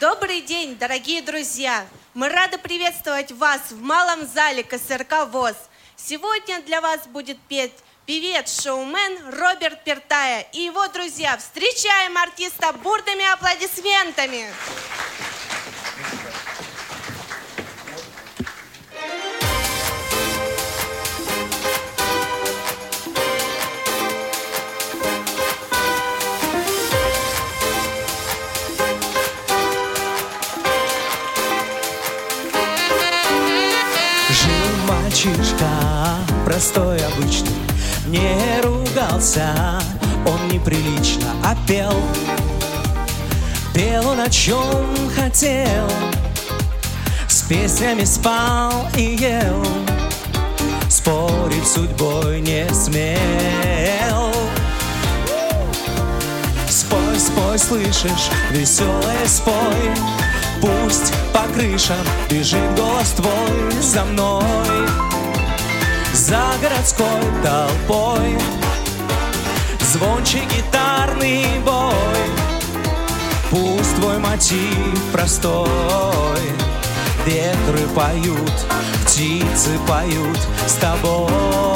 Добрый день, дорогие друзья! Мы рады приветствовать вас в малом зале КСРК ВОС. Сегодня для вас будет петь певец-шоумен Роберт Пертая и его друзья. Встречаем артиста бурными аплодисментами! Мальчишка простой, обычный, не ругался, он неприлично, а пел. Пел он о чем хотел, с песнями спал и ел, спорить с судьбой не смел. Спой, спой, слышишь, веселый спой, пусть по крышам бежит голос твой за мной, за городской толпой, звончий гитарный бой. Пусть твой мотив простой, ветры поют, птицы поют с тобой.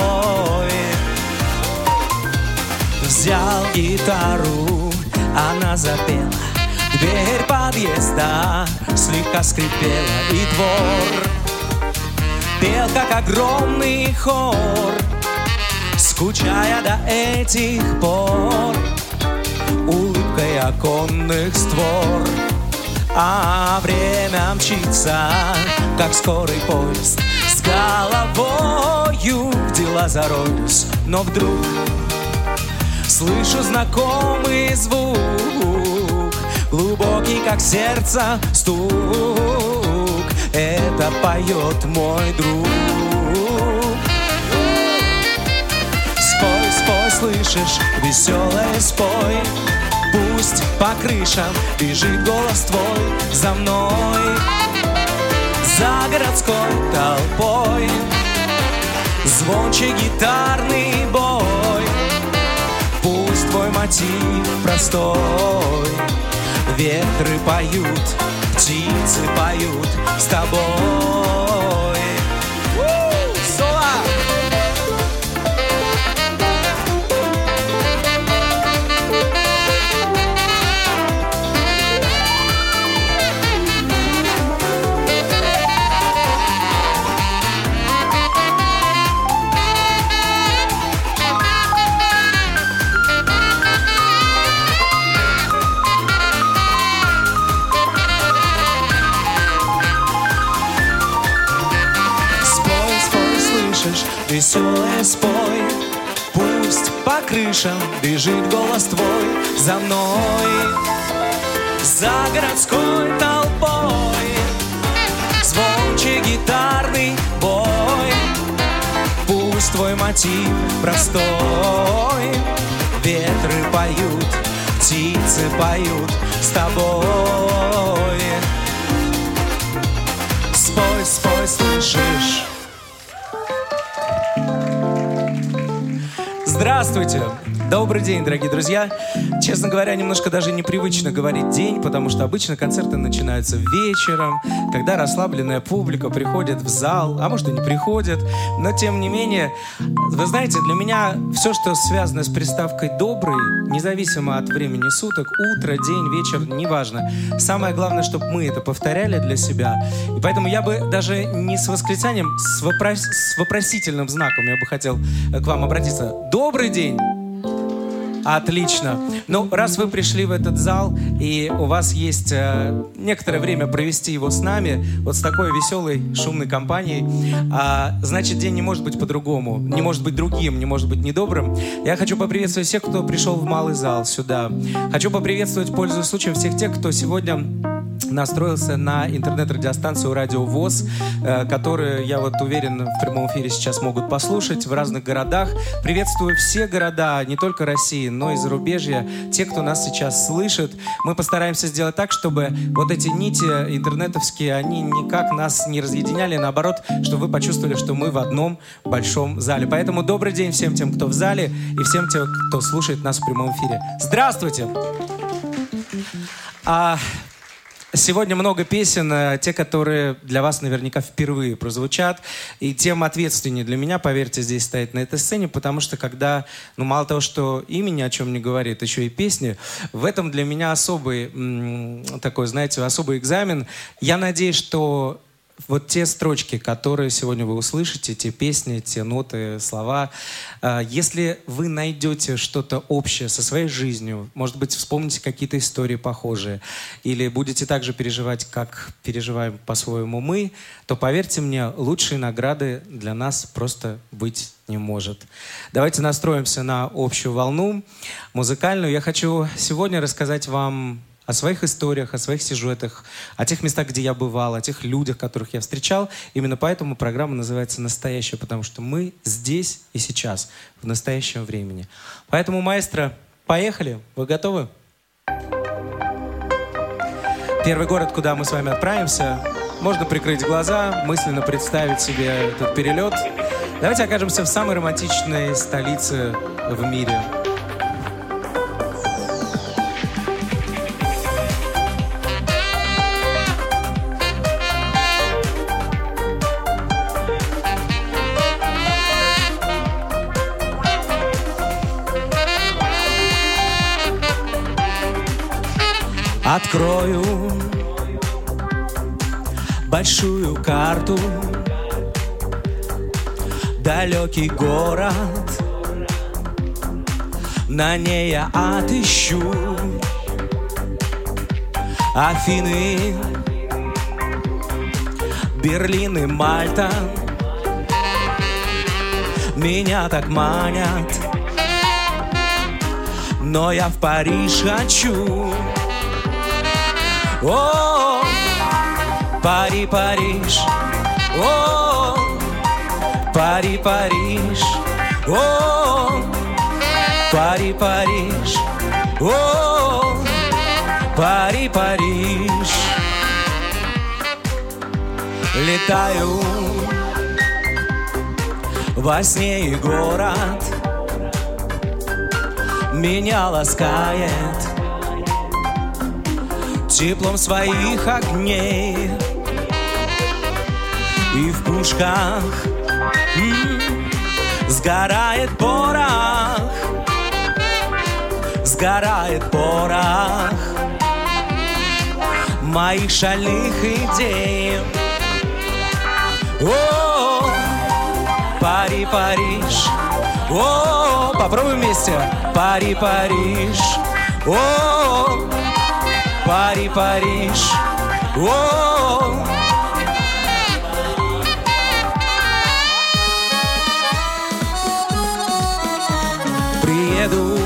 Взял гитару, она запела, дверь подъезда слегка скрипела, и двор пел, как огромный хор, скучая до этих пор улыбкой оконных створ. А время мчится, как скорый поезд, с головою в дела зароюсь, но вдруг слышу знакомый звук, глубокий, как сердце, стук. Это поет мой друг. Спой, спой, слышишь, веселый спой, пусть по крышам бежит голос твой за мной, за городской толпой, звончий гитарный бой. Пусть твой мотив простой, ветры поют, птицы поют с тобой. Веселый спой, пусть по крышам бежит голос твой за мной, за городской толпой, звончий гитарный бой. Пусть твой мотив простой, ветры поют, птицы поют с тобой. Спой, спой, слышишь? Здравствуйте! Добрый день, дорогие друзья! Честно говоря, немножко даже непривычно говорить день, потому что обычно концерты начинаются вечером, когда расслабленная публика приходит в зал, а может и не приходит, но тем не менее, вы знаете, для меня все, что связано с приставкой «добрый», независимо от времени суток, утро, день, вечер, неважно. Самое главное, чтобы мы это повторяли для себя. И поэтому я бы даже не с восклицанием, с вопросительным знаком я бы хотел к вам обратиться. Добрый день! Отлично. Ну, раз вы пришли в этот зал, и у вас есть некоторое время провести его с нами, вот с такой веселой, шумной компанией, значит, день не может быть по-другому, не может быть другим, не может быть недобрым. Я хочу поприветствовать всех, кто пришел в малый зал сюда. Хочу поприветствовать, пользуясь случаем, всех тех, кто сегодня настроился на интернет-радиостанцию «Радио ВОС», которую, я вот уверен, в прямом эфире сейчас могут послушать в разных городах. Приветствую все города, не только России, но и зарубежья, те, кто нас сейчас слышит. Мы постараемся сделать так, чтобы вот эти нити интернетовские, они никак нас не разъединяли, наоборот, чтобы вы почувствовали, что мы в одном большом зале. Поэтому добрый день всем тем, кто в зале, и всем тем, кто слушает нас в прямом эфире. Здравствуйте! Сегодня много песен, те, которые для вас наверняка впервые прозвучат, и тем ответственнее для меня, поверьте, здесь стоять на этой сцене, потому что когда, ну, мало того, что имя ни о чем не говорит, еще и песни, в этом для меня особый, такой, знаете, особый экзамен. Я надеюсь, что вот те строчки, которые сегодня вы услышите, те песни, те ноты, слова, если вы найдете что-то общее со своей жизнью, может быть, вспомните какие-то истории похожие, или будете так же переживать, как переживаем по-своему мы, то, поверьте мне, лучшей награды для нас просто быть не может. Давайте настроимся на общую волну музыкальную. Я хочу сегодня рассказать вам о своих историях, о своих сюжетах, о тех местах, где я бывал, о тех людях, которых я встречал. Именно поэтому программа называется «Настоящая», потому что мы здесь и сейчас, в настоящем времени. Поэтому, маэстро, поехали. Вы готовы? Первый город, куда мы с вами отправимся. Можно прикрыть глаза, мысленно представить себе этот перелет. Давайте окажемся в самой романтичной столице в мире. Открою большую карту, далекий город, на ней я отыщу Афины, Берлин и Мальта. Меня так манят, но я в Париж хочу. О, Пари, Париж, о, Пари, Париж, о, Пари, Париж, о, Пари, Париж. Летаю во сне, и город меня ласкает теплом своих огней, и в пушках сгорает порох, сгорает порох моих шальных идей. О, Пари, Париж, о, попробуем вместе. Пари, Париж, о, Пари, Париж, о. Приеду,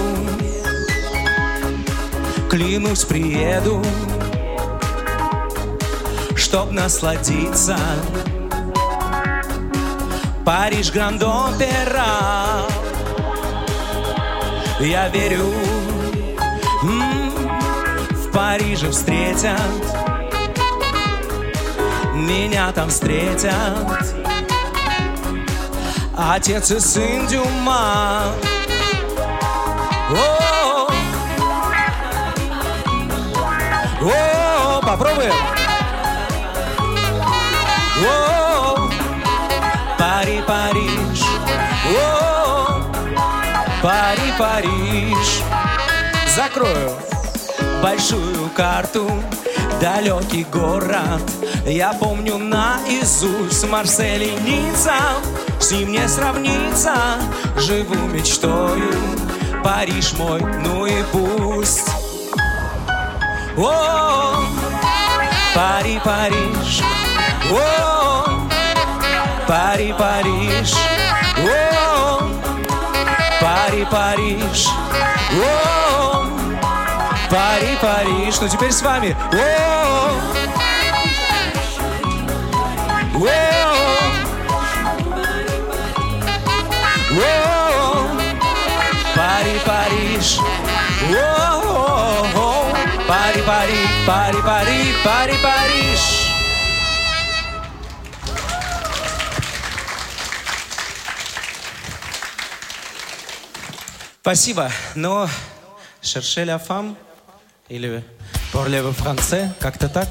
клянусь, приеду, чтоб насладиться. Париж, Гранд-Опера. Я верю, в Париже встретят, меня там встретят отец и сын Дюма. О, о, попробуем. О, Пари, Париж, о, Пари, Париж. Закрою большую карту, далекий город. Я помню наизусть Марсель и Ницца. С ним не сравнится, живу мечтою. Париж мой, ну и пусть. О, Пари, Париж, о, Пари, Париж, о, Пари, Париж, о, Пари, Париж. Ну теперь с вами. О, о, Пари, Париж, о, Пари, Пари, Пари, Пари, Пари, Париж. Спасибо. Но «Cherchez la femme» или Parlez-vous français? Как-то так?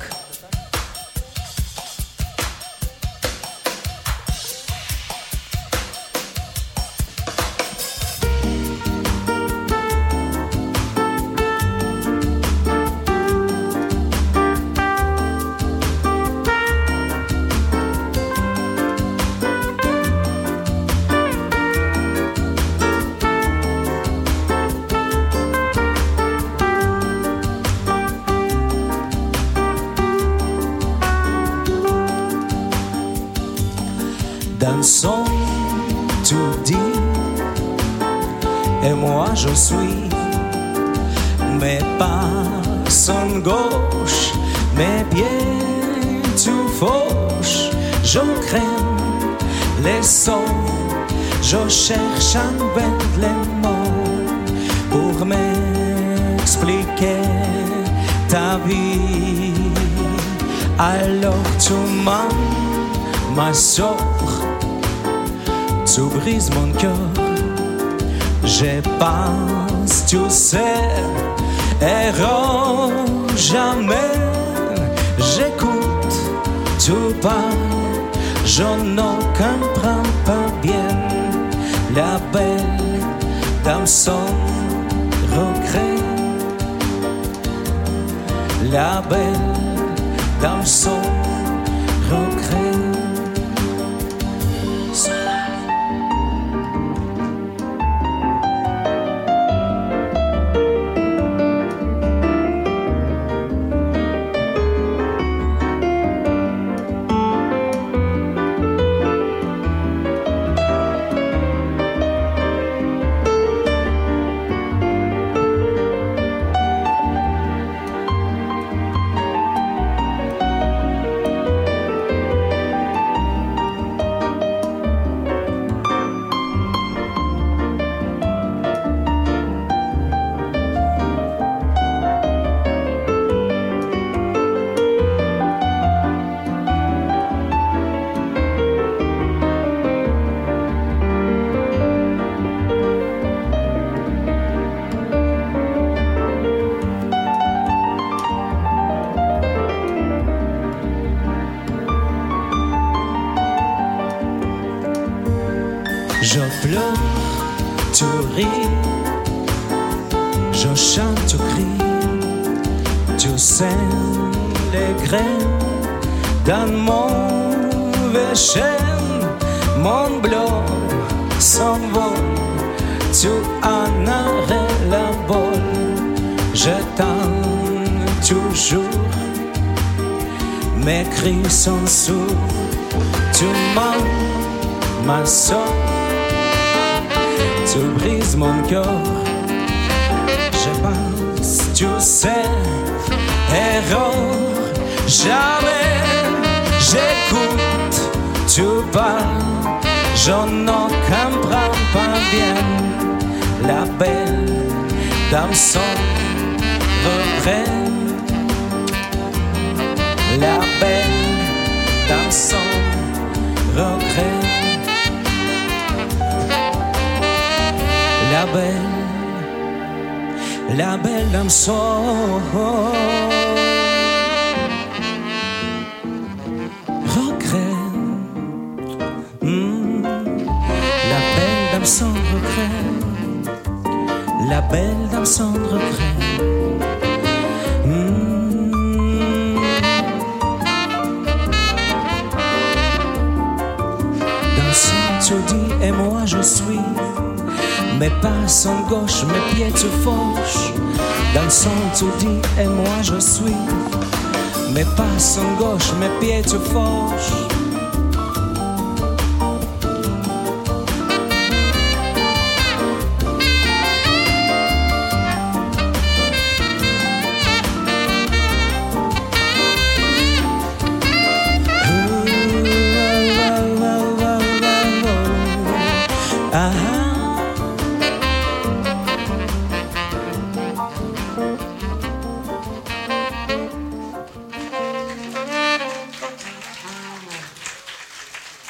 Dansons, tout dit, et moi je suis, mes pas sont gauche, mes pieds tout fauche, je crains les sons, je cherche avec les mots pour m'expliquer ta vie. Alors tu ma soeur, tu brises mon cœur, je pense, tu sais, erreur jamais, j'écoute, tu parles, je ne comprends pas bien, la belle dans son regret, la belle dans son regret. Je pleure, tu ris, je chante, tu cries, tu sèmes les graines dans mon chêne, mon blanc s'envole, tu en arrêtes la bolle, je t'aime toujours, mes cris sont sourds, tu mens, ma soeur. Tu brises mon cœur, je pense, tu sais, erreur, jamais j'écoute, tu parles, je ne comprends pas bien, la belle dans son regret, la belle dans son regret. La belle dans son regret. La belle dans son regret. La belle dans son regret. Dans son tu dis et moi je suis. Mes pas sont gauche, mes pieds tu fauches. Dans son tu dis et moi je suis. Mes pas sont gauche, mes pieds tu fauches.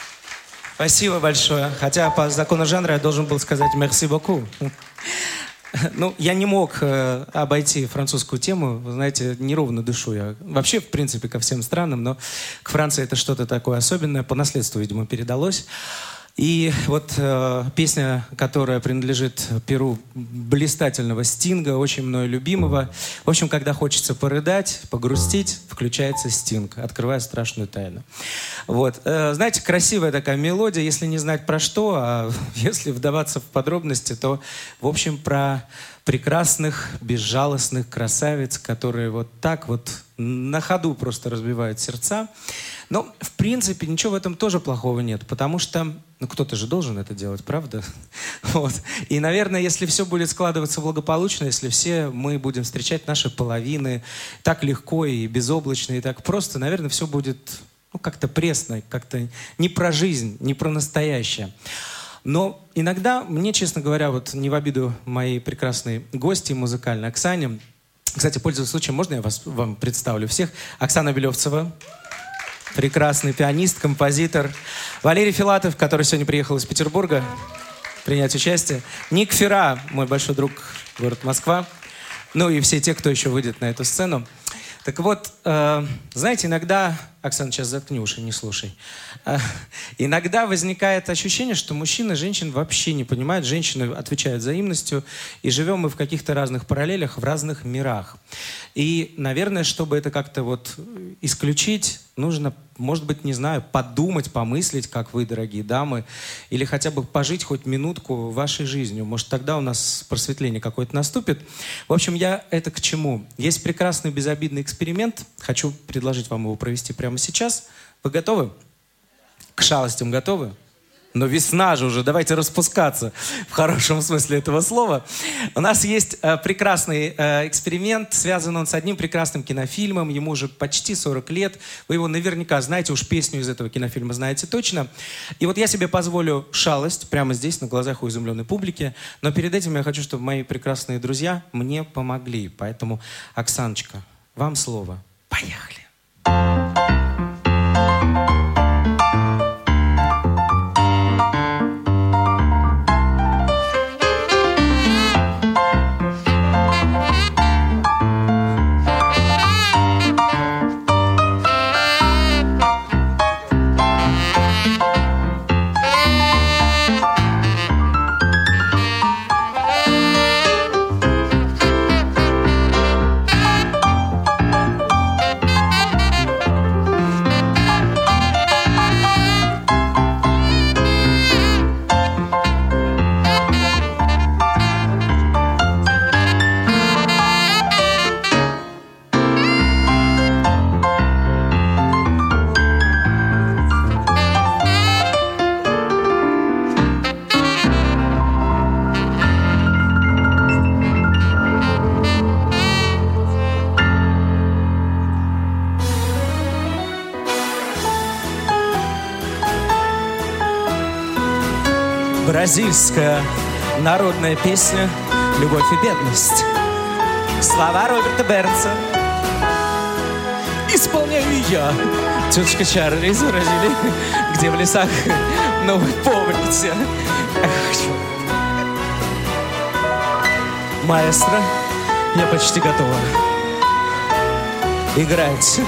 Спасибо большое. Хотя по закону жанра я должен был сказать «merci beaucoup». Ну, я не мог обойти французскую тему. Вы знаете, неровно дышу я. Вообще, в принципе, ко всем странам, но к Франции это что-то такое особенное. По наследству, видимо, передалось. И вот песня, которая принадлежит перу блистательного Стинга, очень мною любимого. В общем, когда хочется порыдать, погрустить, включается Стинг, открывая страшную тайну. Вот. Знаете, красивая такая мелодия, если не знать про что, а если вдаваться в подробности, то, в общем, про прекрасных, безжалостных красавиц, которые вот так вот на ходу просто разбивают сердца. Но, в принципе, ничего в этом тоже плохого нет, потому что, ну, кто-то же должен это делать, правда? Вот. И, наверное, если все будет складываться благополучно, если все мы будем встречать наши половины так легко и безоблачно, и так просто, наверное, все будет, ну, как-то пресно, как-то не про жизнь, не про настоящее. Но иногда мне, честно говоря, вот не в обиду моей прекрасной гости музыкальной Оксане, кстати, пользуясь случаем, можно я вам представлю всех? Оксана Белевцева. Прекрасный пианист, композитор. Валерий Филатов, который сегодня приехал из Петербурга принять участие. Ник Фера, мой большой друг, город Москва. Ну и все те, кто еще выйдет на эту сцену. Так вот, знаете, иногда... Оксана, сейчас заткни уши, не слушай. Иногда возникает ощущение, что мужчины женщин вообще не понимают. Женщины отвечают взаимностью. И живем мы в каких-то разных параллелях, в разных мирах. И, наверное, чтобы это как-то вот исключить, нужно, может быть, не знаю, подумать, помыслить, как вы, дорогие дамы, или хотя бы пожить хоть минутку вашей жизнью. Может, тогда у нас просветление какое-то наступит. В общем, я это к чему? Есть прекрасный безобидный эксперимент. Хочу предложить вам его провести прямо сейчас. Вы готовы? К шалостям готовы? Но весна же уже, давайте распускаться в хорошем смысле этого слова. У нас есть прекрасный эксперимент, связан он с одним прекрасным кинофильмом. Ему уже почти 40 лет. Вы его наверняка знаете, уж песню из этого кинофильма знаете точно. И вот я себе позволю шалость прямо здесь, на глазах у изумленной публики. Но перед этим я хочу, чтобы мои прекрасные друзья мне помогли. Поэтому, Оксаночка, вам слово. Поехали. Бразильская народная песня «Любовь и бедность». Слова Роберта Бернса. Исполняю я. Тетушка Чарли из Бразилии, где в лесах, но вы помните. Маэстро, я почти готова. Играйте.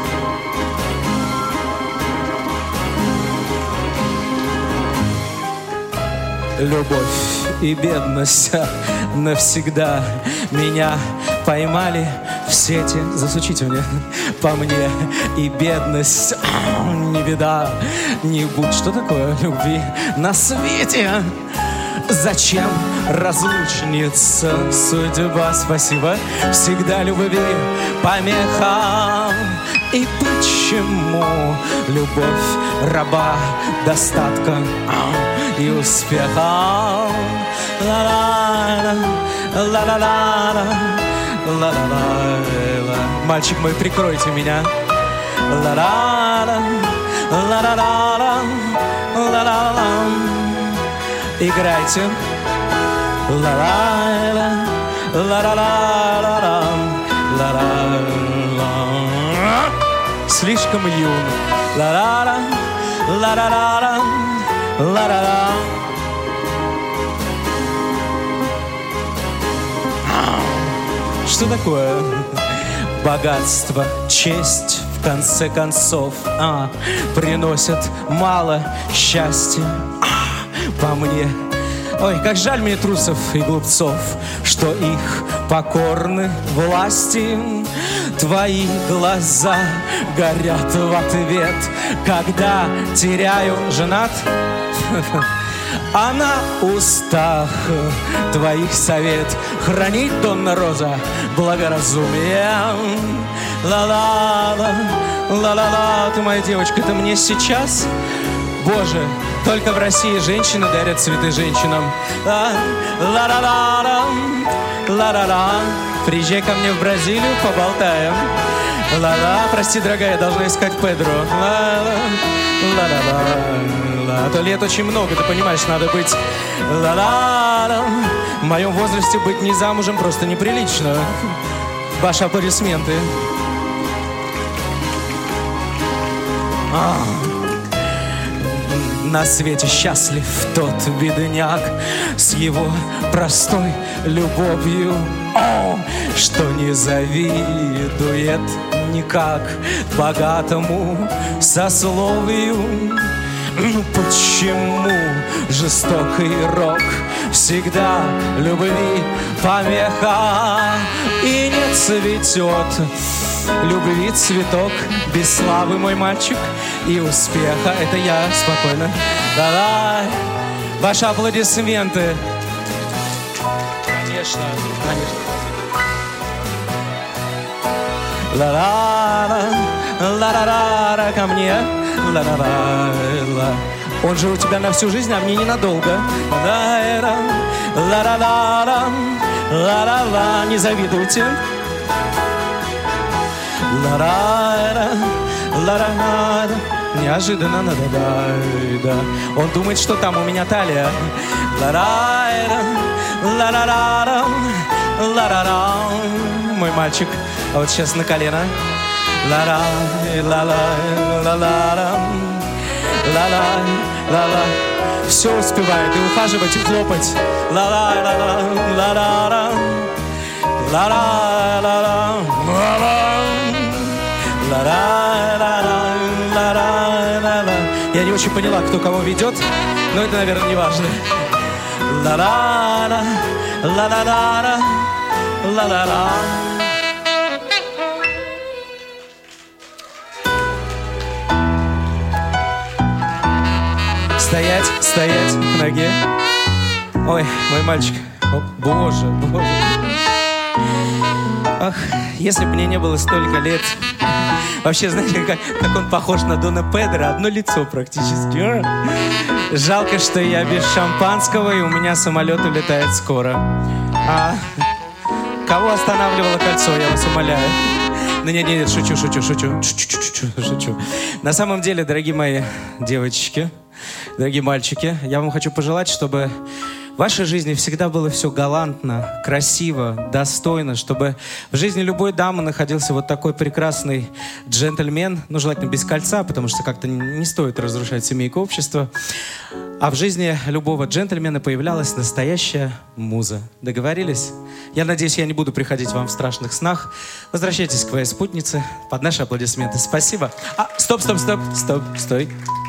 Любовь и бедность навсегда меня поймали в сети. Засучите мне по мне. И бедность не беда, не будь. Что такое любви на свете? Зачем разлучница судьба? Спасибо, всегда любви помеха. И почему любовь раба достатка и успеха? Мальчик мой, прикройте меня. Играйте. Слишком юн. Что такое? Богатство, честь, в конце концов, приносят мало счастья по мне. Ой, как жаль мне трусов и глупцов, что их покорны власти. Твои глаза горят в ответ, когда теряю женат. А на устах твоих совет хранить, Донна Роза, благоразумие. Ла-ла-ла, ла-ла-ла, ты моя девочка, это мне сейчас? Боже, только в России женщины дарят цветы женщинам. Ла-ла-ла-ла, ла-ла-ла, приезжай ко мне в Бразилию, поболтаем. Ла-ла, прости, дорогая, я должна искать Педро. Ла-ла, ла-ла-ла. А то лет очень много, ты понимаешь, надо быть. Ла-ла-ла. В моем возрасте быть не замужем просто неприлично. Ваши аплодисменты. На свете счастлив тот бедняк с его простой любовью, что не завидует никак богатому сословию. Почему жестокий рок всегда любви помеха, и не цветет любви цветок без славы, мой мальчик, и успеха? Это я, спокойно. Давай, ваши аплодисменты. Конечно, конечно. Ла-ла-ла, ла-ла-ла, ко мне. Ла-ла-ла-ла. Он же у тебя на всю жизнь, а мне ненадолго. Ла-ла-ла, ла-ла-ла, ла-ла-ла, не завидуйте. Ла-ла-ла, ла-ла-ла. Неожиданно, да-да-да. Он думает, что там у меня талия. Ла-ла-ла, ла-ла-ла, ла-ла-ла. Мой мальчик, а вот сейчас на колено. Ла-ла, ла-ла, ла-ла, ла-ла, ла-ла. Все успевает и ухаживать, и хлопать. Ла-ла, ла-ла, ла-ла, ла-ла, ла-ла, ла-ла. Я не очень поняла, кто кого ведет, но это, наверное, не важно. Ла-ла-ла, ла-ла-ла, ла-ла-ла. Стоять, стоять к ноге. Ой, мой мальчик. О, боже, боже. Ах, если бы мне не было столько лет. Вообще, знаете, как он похож на Дона Педро. Одно лицо практически. Жалко, что я без шампанского, и у меня самолет улетает скоро. Кого останавливало кольцо, я вас умоляю. Да нет, шучу. На самом деле, дорогие мои девочки, дорогие мальчики, я вам хочу пожелать, чтобы в вашей жизни всегда было все галантно, красиво, достойно, чтобы в жизни любой дамы находился вот такой прекрасный джентльмен, ну, желательно без кольца, потому что как-то не стоит разрушать семейку общества. А в жизни любого джентльмена появлялась настоящая муза. Договорились? Я надеюсь, я не буду приходить вам в страшных снах. Возвращайтесь к своей спутнице под наши аплодисменты. Спасибо. Стой.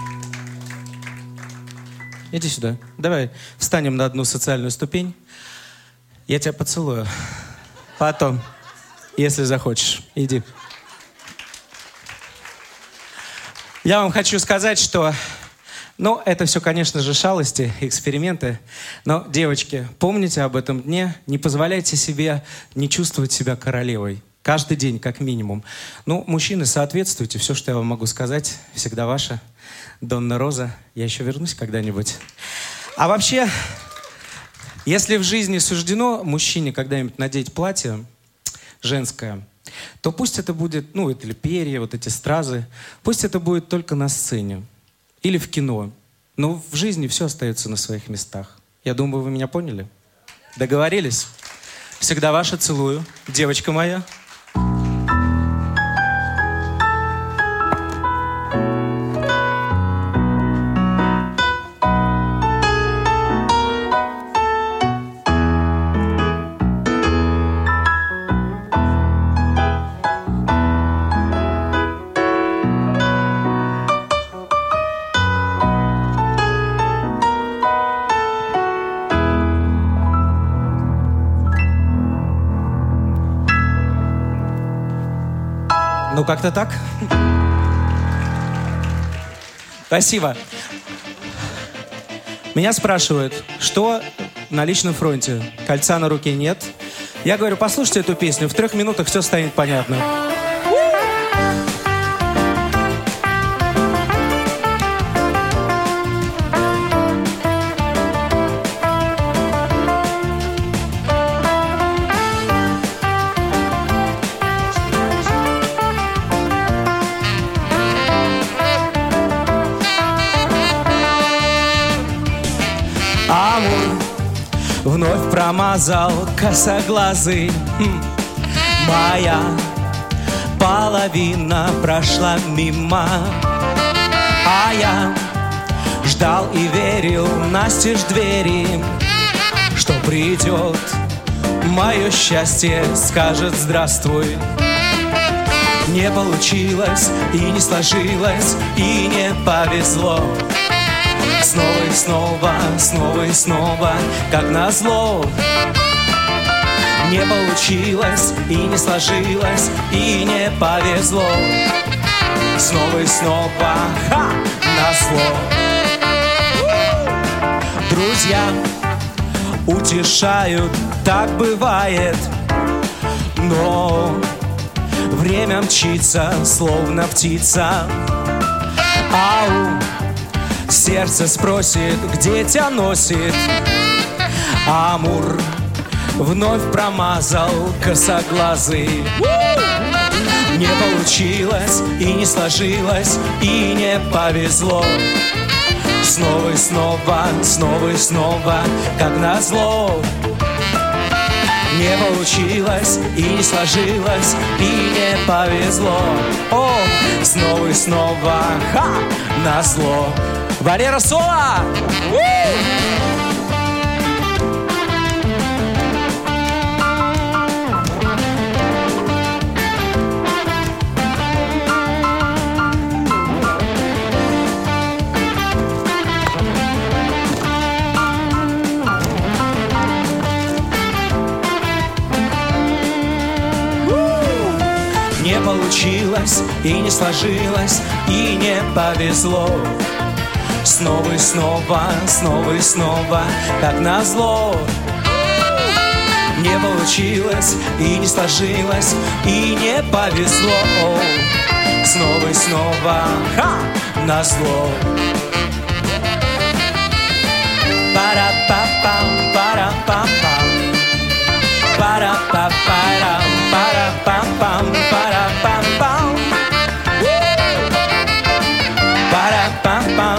Иди сюда. Давай встанем на одну социальную ступень. Я тебя поцелую. Потом, если захочешь. Иди. Я вам хочу сказать, что... Ну, это все, конечно же, шалости, эксперименты. Но, девочки, помните об этом дне. Не позволяйте себе не чувствовать себя королевой. Каждый день, как минимум. Ну, мужчины, соответствуйте. Все, что я вам могу сказать, всегда ваша. Донна Роза. Я еще вернусь когда-нибудь. А вообще, если в жизни суждено мужчине когда-нибудь надеть платье женское, то пусть это будет, ну, это или перья, вот эти стразы, пусть это будет только на сцене или в кино. Но в жизни все остается на своих местах. Я думаю, вы меня поняли? Договорились? Всегда ваша, целую. Девочка моя. как-то так. Спасибо. Меня спрашивают, что на личном фронте? Кольца на руке нет. Я говорю, послушайте эту песню, в 3 минутах все станет понятно. Амур вновь промазал косоглазый. Моя половина прошла мимо, а я ждал и верил настежь двери, что придет мое счастье, скажет здравствуй. Не получилось и не сложилось, и не повезло. Снова и снова, снова и снова, как назло. Не получилось и не сложилось, и не повезло. Снова и снова, ха, назло. Друзья утешают, так бывает, но время мчится, словно птица. Ау! Сердце спросит, где тебя носит. Амур вновь промазал косоглазый. Не получилось и не сложилось, и не повезло. Снова и снова, снова и снова, как назло. Не получилось и не сложилось, и не повезло. О, снова и снова, ха, назло. Валера Соло! Не получилось и не сложилось, и не повезло. Снова и снова, как назло. Не получилось и не сложилось, и не повезло. Снова и снова, ха, назло. Пара-па-пам, пара-пам-пам, пара-па-парам, пара-пам-пам, пара-пам-пам, пара-пам-пам.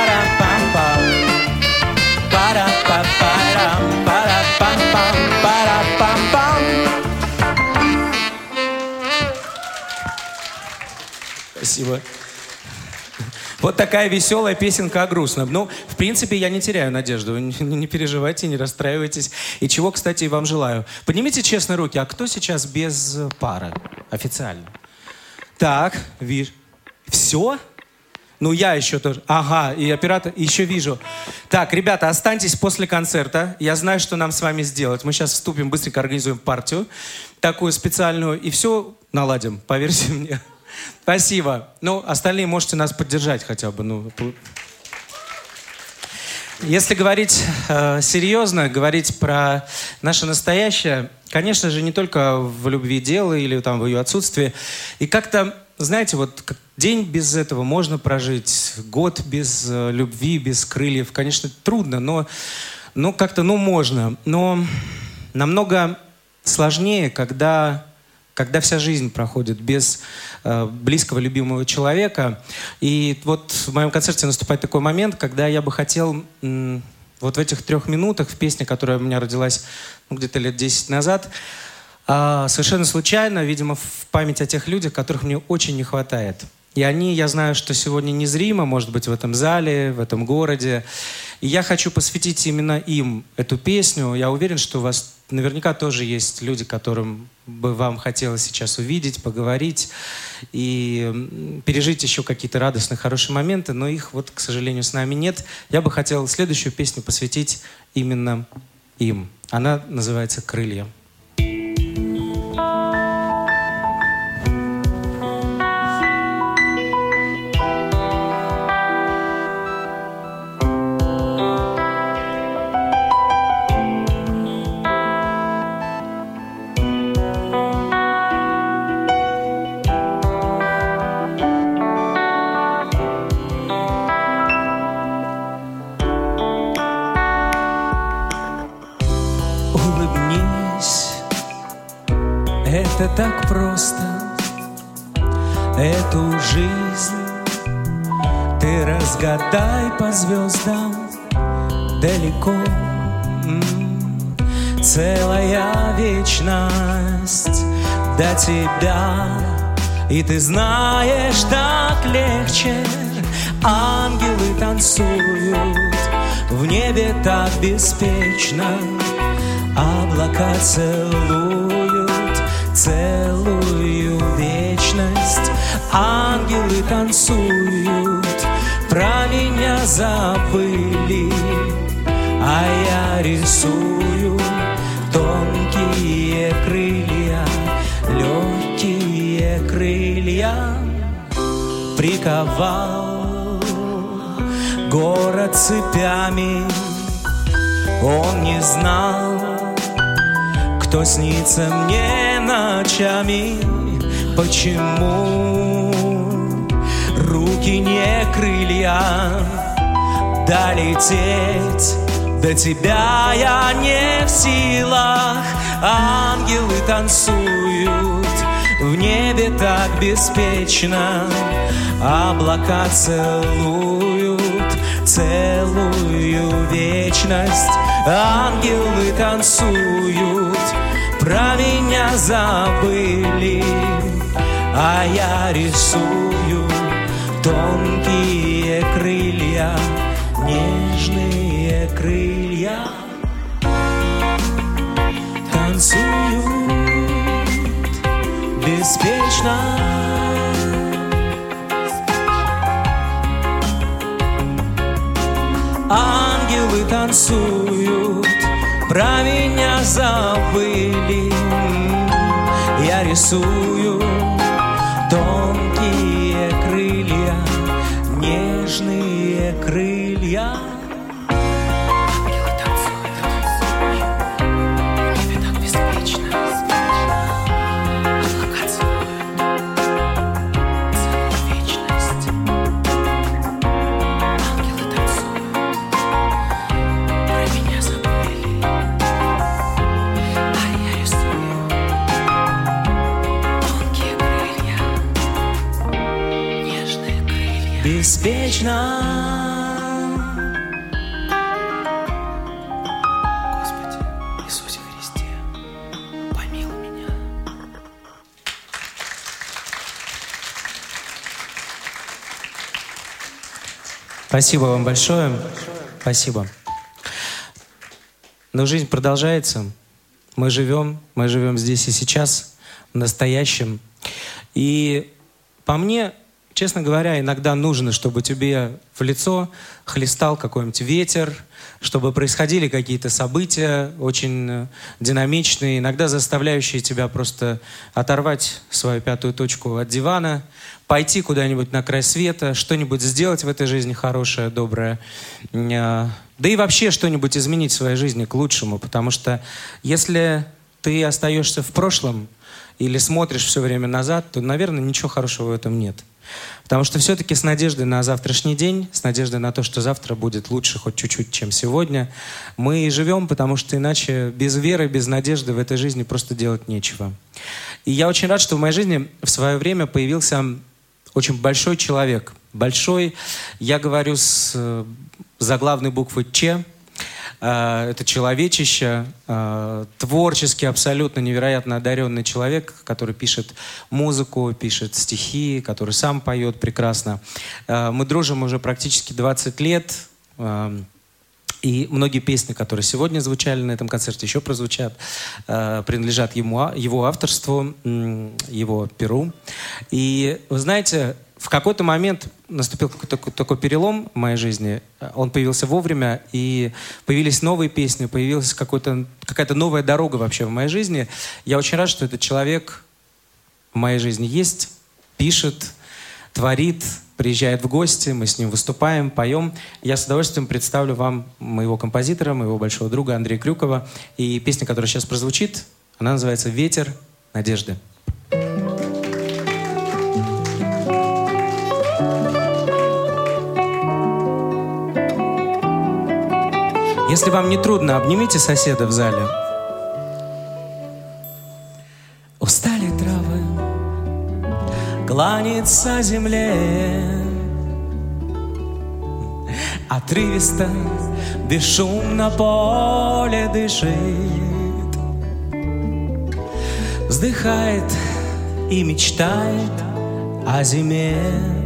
Спасибо. Вот такая веселая песенка о грустном. Ну, в принципе, я не теряю надежду. Не переживайте, не расстраивайтесь. И чего, кстати, вам желаю. Поднимите честно руки. А кто сейчас без пары? Официально. Так, вижу. Все? Ну, я еще тоже. Ага, и оператор еще вижу. Так, ребята, останьтесь после концерта. Я знаю, что нам с вами сделать. Мы сейчас вступим, быстренько организуем партию. Такую специальную. И все наладим, поверьте мне. Спасибо. Ну, остальные можете нас поддержать хотя бы. Ну, если говорить серьезно, говорить про наше настоящее, конечно же, не только в любви дело или там в ее отсутствии. И как-то, знаете, вот день без этого можно прожить, год без любви, без крыльев. Конечно, трудно, но как-то, можно. Но намного сложнее, когда вся жизнь проходит без близкого, любимого человека. И вот в моем концерте наступает такой момент, когда я бы хотел вот в этих 3 минутах, в песне, которая у меня родилась где-то лет 10 назад, совершенно случайно, видимо, в память о тех людях, которых мне очень не хватает. И они, я знаю, что сегодня незримо, может быть, в этом зале, в этом городе. И я хочу посвятить именно им эту песню. Я уверен, что у вас наверняка тоже есть люди, которым бы вам хотелось сейчас увидеть, поговорить и пережить еще какие-то радостные, хорошие моменты, но их вот, к сожалению, с нами нет. Я бы хотел следующую песню посвятить именно им. Она называется «Крылья». это так просто. Эту жизнь ты разгадай по звездам далеко. Целая вечность до тебя, и ты знаешь, так легче. Ангелы танцуют в небе так беспечно, облака целуют целую вечность. Ангелы танцуют, про меня забыли, а я рисую тонкие крылья, легкие крылья. Приковал город цепями, он не знал, кто снится мне ночами. Почему руки не крылья? Долететь до тебя я не в силах. Ангелы танцуют в небе так беспечно, облака целуют целую вечность. Ангелы танцуют, про меня забыли, а я рисую тонкие крылья, нежные крылья. Танцуют беспечно. Ангелы танцуют, про меня забыли, я рисую тонкие крылья, нежные крылья. Ангелы танцуют, в небе так беспечно, облака целуют целую вечность. Ангелы танцуют, про меня забыли, а я рисую тонкие крылья, нежные крылья. Беспечно. Господи Иисусе Христе, помилуй меня. Спасибо вам большое. Спасибо. Но жизнь продолжается. Мы живем здесь и сейчас, в настоящем. И по мне, честно говоря, иногда нужно, чтобы тебе в лицо хлестал какой-нибудь ветер, чтобы происходили какие-то события очень динамичные, иногда заставляющие тебя просто оторвать свою пятую точку от дивана, пойти куда-нибудь на край света, что-нибудь сделать в этой жизни хорошее, доброе. Да и вообще что-нибудь изменить в своей жизни к лучшему, потому что если ты остаешься в прошлом или смотришь все время назад, то, наверное, ничего хорошего в этом нет. Потому что все-таки с надеждой на завтрашний день, с надеждой на то, что завтра будет лучше хоть чуть-чуть, чем сегодня, мы и живем, потому что иначе без веры, без надежды в этой жизни просто делать нечего. И я очень рад, что в моей жизни в свое время появился очень большой человек. Большой, я говорю с заглавной буквы «Ч». Это человечище, творчески абсолютно невероятно одаренный человек, который пишет музыку, пишет стихи, который сам поет прекрасно. Мы дружим уже практически 20 лет, и многие песни, которые сегодня звучали на этом концерте, еще прозвучат, принадлежат его авторству, его перу. И вы знаете, в какой-то момент наступил какой-то такой перелом в моей жизни. Он появился вовремя, и появились новые песни, появилась какая-то новая дорога вообще в моей жизни. Я очень рад, что этот человек в моей жизни есть, пишет, творит, приезжает в гости, мы с ним выступаем, поем. Я с удовольствием представлю вам моего композитора, моего большого друга Андрея Крюкова. И песня, которая сейчас прозвучит, она называется «Ветер надежды». Если вам не трудно, обнимите соседа в зале. Устали кланяется земле. Отрывисто, бесшумно поле дышит, вздыхает и мечтает о зиме.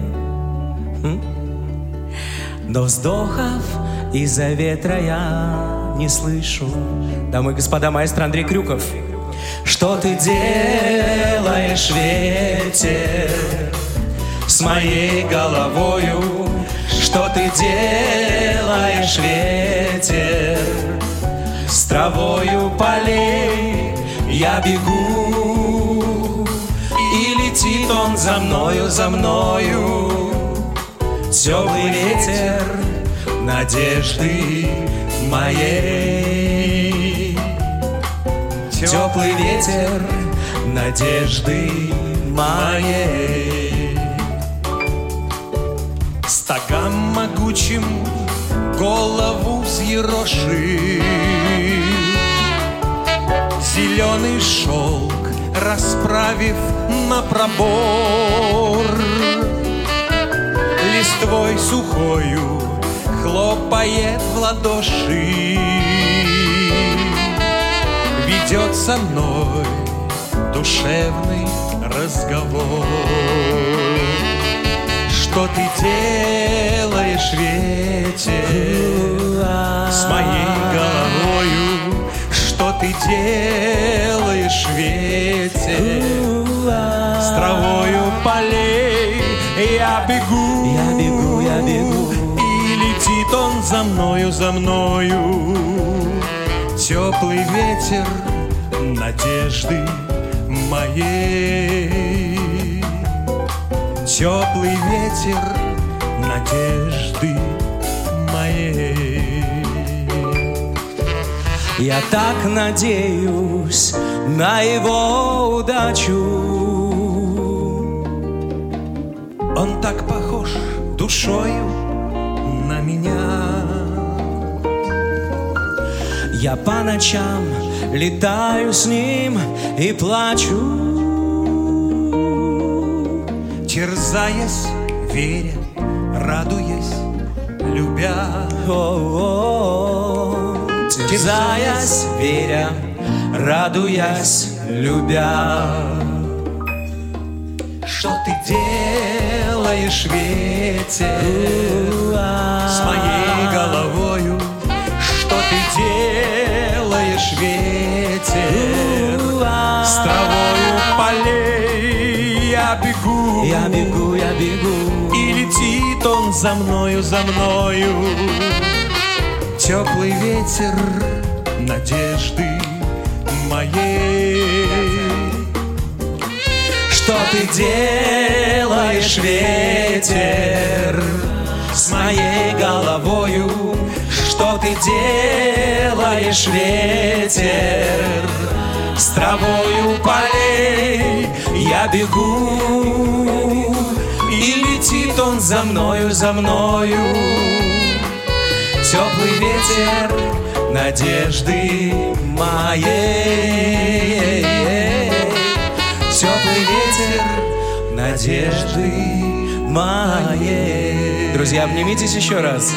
Но вздохов из-за ветра я не слышу. Дамы и господа, маэстро Андрей Крюков. Что ты делаешь, ветер, с моей головою? Что ты делаешь, ветер, с травою полей? Я бегу, и летит он за мною, за мною. Теплый ветер надежды моей. Теплый ветер надежды моей. Стогам могучим голову взъерошил, зеленый шелк расправив на пробор, листвой сухою хлопает в ладоши, ведет со мной душевный разговор. Что ты делаешь, ветер, с моей головою? Что ты делаешь, ветер, с травою полей? Я бегу, я бегу, я бегу, и летит он за мною, за мною. Теплый ветер надежды моей. Теплый ветер надежды моей. Я так надеюсь на его удачу. Он так похож душою на меня. Я по ночам летаю с ним и плачу, терзаясь, веря, радуясь, любя. Терзаясь, веря, радуясь, любя. Что ты делаешь, ветер, с моей головою? Что ты делаешь, ветер, с травою полей? Я бегу, я бегу, я бегу, и летит он за мною, за мною. Теплый ветер надежды моей. Что ты делаешь, ветер, с моей головою? Что ты делаешь, ветер, с травою полей? Я бегу, и летит он за мною, за мною. Теплый ветер надежды моей. Теплый ветер надежды моей. Друзья, обнимитесь еще раз.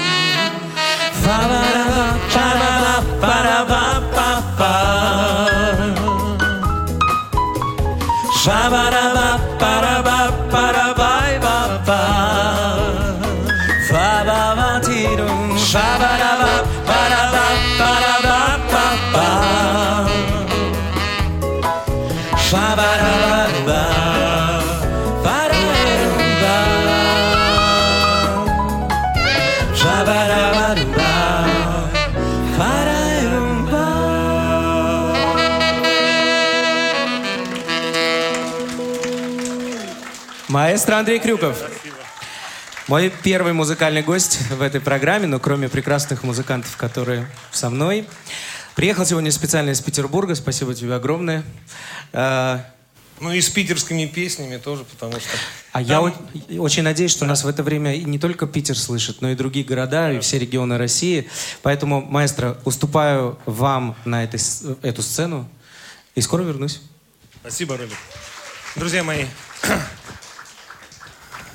Маэстро Андрей Крюков. Спасибо. Мой первый музыкальный гость в этой программе, но кроме прекрасных музыкантов, которые со мной. Приехал сегодня специально из Петербурга. Спасибо тебе огромное. Ну и с питерскими песнями тоже, потому что... Я очень надеюсь, что нас в это время не только Питер слышит, но и другие города, и все регионы России. Поэтому, маэстро, уступаю вам на эту сцену. И скоро вернусь. Спасибо, Роберт. Друзья мои,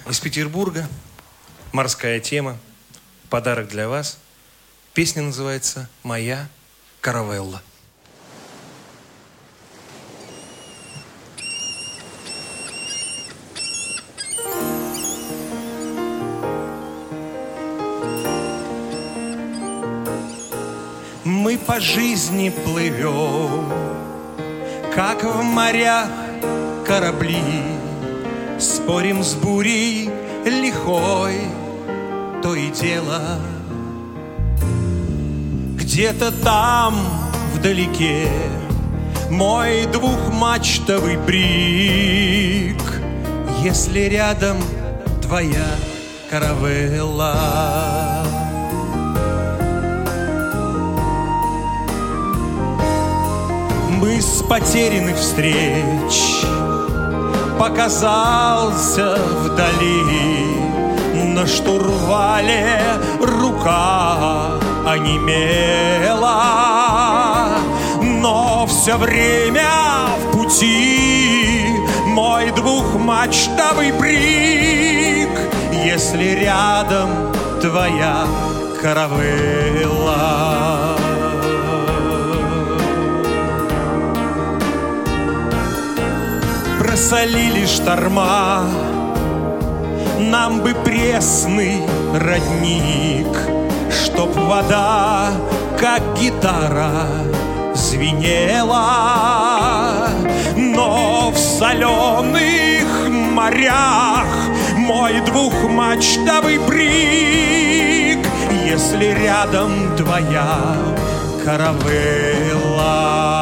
из Петербурга. Морская тема. Подарок для вас. Песня называется «Моя каравелла». Мы по жизни плывем, как в морях корабли, спорим с бурей лихой, то и дело. Где-то там, вдалеке, мой двухмачтовый брик, если рядом твоя каравелла. Мы с потерянных встреч показался вдали, на штурвале рука онемела, но все время в пути мой двухмачтовый брик, если рядом твоя каравелла. Просолили шторма, нам бы пресный родник, чтоб вода, как гитара, звенела. Но в соленых морях мой двухмачтовый брик, если рядом твоя каравелла.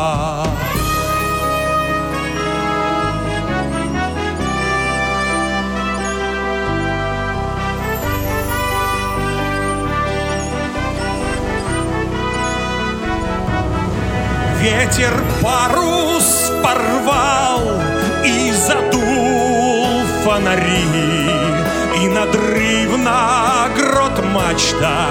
Ветер парус порвал и задул фонари, и надрывно грот мачта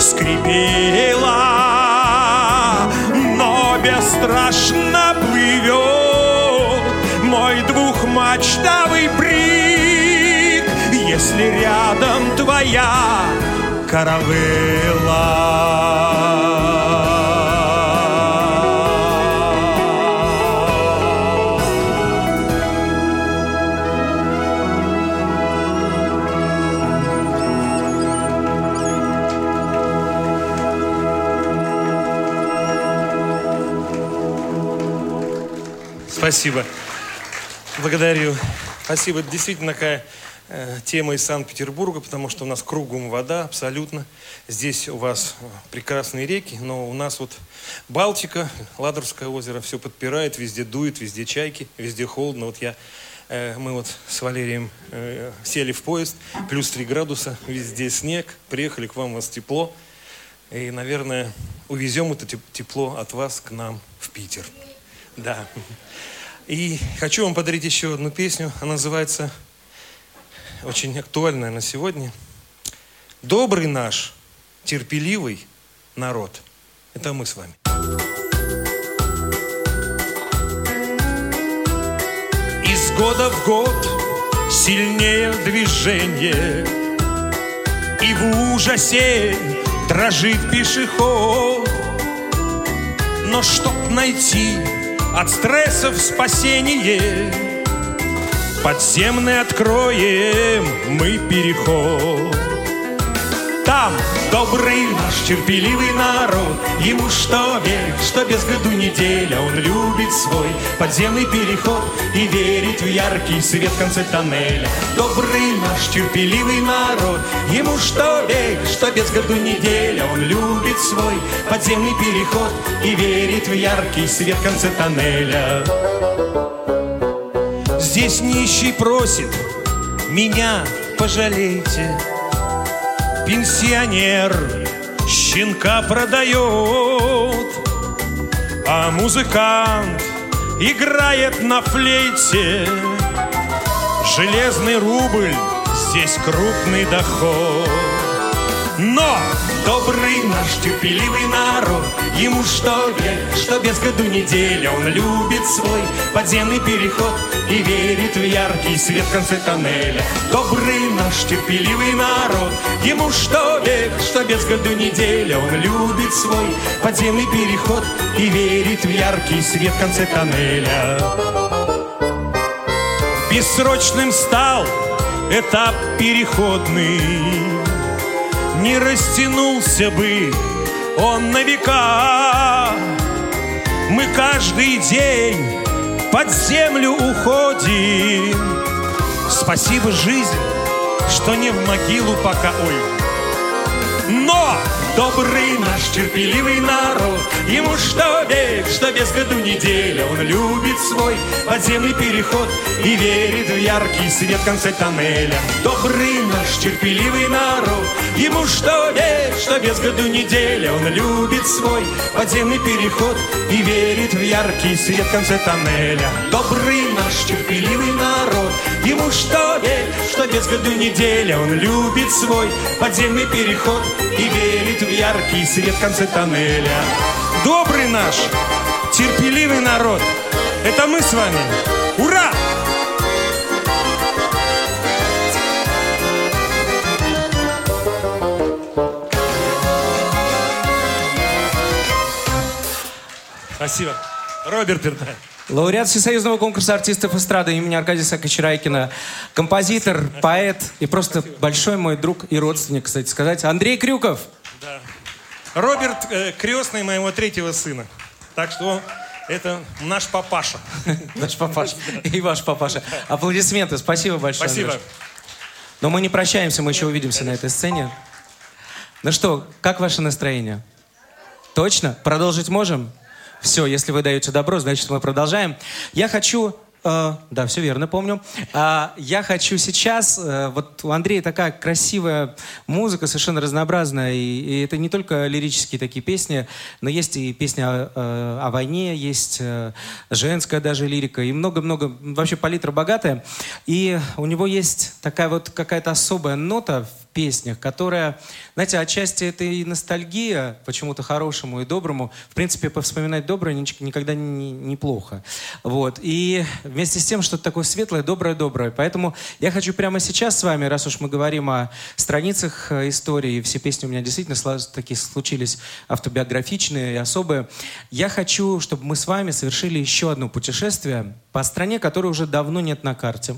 скрипела, но бесстрашно плывет мой двухмачтовый брик, если рядом твоя каравелла. Спасибо. Благодарю. Спасибо. Это действительно такая тема из Санкт-Петербурга, потому что у нас кругом вода абсолютно. Здесь у вас прекрасные реки, но у нас вот Балтика, Ладожское озеро, все подпирает, везде дует, везде чайки, везде холодно. Вот мы вот с Валерием сели в поезд, плюс 3 градуса, везде снег, приехали к вам, у вас тепло. И, наверное, увезем это тепло от вас к нам в Питер. Да. И хочу вам подарить еще одну песню. Она называется, очень актуальная на сегодня. «Добрый наш, терпеливый народ». Это мы с вами. Из года в год сильнее движение, и в ужасе дрожит пешеход. Но чтоб найти от стрессов спасение, подземный откроем мы переход. Там добрый наш терпеливый народ, ему что век, что без году неделя, он любит свой подземный переход и верит в яркий свет в конце тоннеля. Добрый наш терпеливый народ, ему что век, что без году неделя, он любит свой подземный переход и верит в яркий свет в конце тоннеля. Здесь нищий просит: меня пожалейте. Пенсионер щенка продает, а музыкант играет на флейте. Железный рубль, здесь крупный доход. Но добрый наш терпеливый народ, ему что век, что без году неделя, он любит свой подземный переход и верит в яркий свет в конце тоннеля. Добрый наш терпеливый народ, ему что век, что без году неделя. Он любит свой подземный переход и верит в яркий свет в конце тоннеля. Бессрочным стал этап переходный, не растянулся бы он на века. Мы каждый день под землю уходим. Спасибо, жизнь, что не в могилу пока, ой. Но добрый наш терпеливый народ, ему что век, что без году неделя. Он любит свой подземный переход и верит в яркий свет в конце тоннеля. Добрый наш терпеливый народ, ему что век, что без году неделя. Он любит свой подземный переход и верит в яркий свет в конце тоннеля. Добрый наш терпеливый народ, ему что век, что без году неделя. Он любит свой подземный переход и верит в яркий свет в конце тоннеля. Добрый наш терпеливый народ, это мы с вами. Ура! Спасибо. Роберт Пертай. Лауреат Всесоюзного конкурса артистов эстрады имени Аркадия Исааковича Райкина, композитор, поэт и просто большой мой друг и родственник, кстати сказать, Андрей Крюков. Да. Роберт крестный моего 3-го сына. Так что это наш папаша. Наш папаша. И ваш папаша. Аплодисменты. Спасибо большое. Спасибо. Андрюш. Но мы не прощаемся, мы еще увидимся на этой сцене. Ну что, как ваше настроение? Точно? Продолжить можем? Все, если вы даете добро, значит, мы продолжаем. Я хочу... да, все верно, помню. Я хочу сейчас... вот у Андрея такая красивая музыка, совершенно разнообразная. И это не только лирические такие песни, но есть и песни о войне, есть женская даже лирика, и много-много... Вообще палитра богатая. И у него есть такая вот какая-то особая нота в песнях, которая, знаете, отчасти это и ностальгия почему-то хорошему и доброму. В принципе, повспоминать доброе никогда не плохо. Вот. И вместе с тем, что-то такое светлое, доброе. Поэтому я хочу прямо сейчас с вами, раз уж мы говорим о страницах истории, все песни у меня действительно такие случились автобиографичные и особые, я хочу, чтобы мы с вами совершили еще одно путешествие по стране, которой уже давно нет на карте.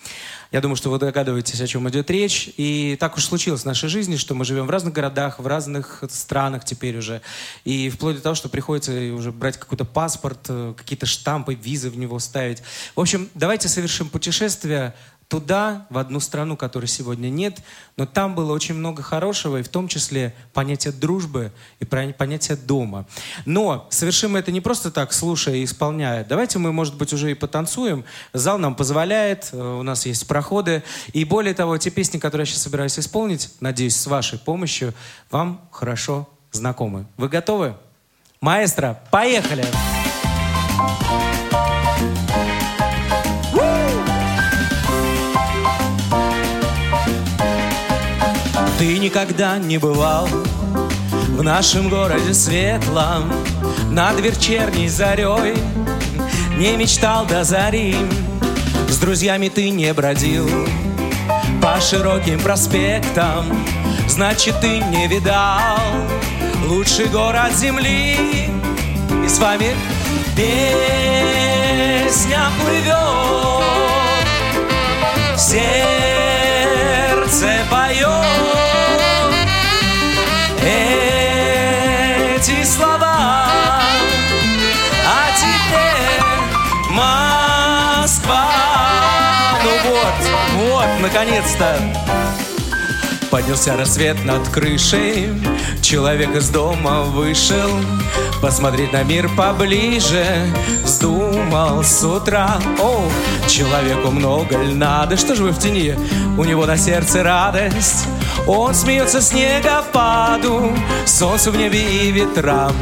Я думаю, что вы догадываетесь, о чем идет речь. И так уж случилось в нашей жизни, что мы живем в разных городах, в разных странах теперь уже. И вплоть до того, что приходится уже брать какой-то паспорт, какие-то штампы, визы в него ставить. В общем, давайте совершим путешествие туда, в одну страну, которой сегодня нет, но там было очень много хорошего, и в том числе понятие дружбы и понятие дома. Но совершим это не просто так, слушая и исполняя. Давайте мы, может быть, уже и потанцуем. Зал нам позволяет, у нас есть проходы. И более того, те песни, которые я сейчас собираюсь исполнить, надеюсь, с вашей помощью, вам хорошо знакомы. Вы готовы? Маэстро, поехали! Ты никогда не бывал в нашем городе светлом, над вечерней зарей не мечтал до зари. С друзьями ты не бродил по широким проспектам, значит, ты не видал лучший город земли. И с вами песня плывет, сердце поет эти слова. А теперь Москва. Ну вот, наконец-то поднялся рассвет над крышей, человек из дома вышел посмотреть на мир поближе, вздумал с утра. О, человеку много ль надо, что же вы в тени? У него на сердце радость, он смеется снегопаду, солнцу в небе и ветрам.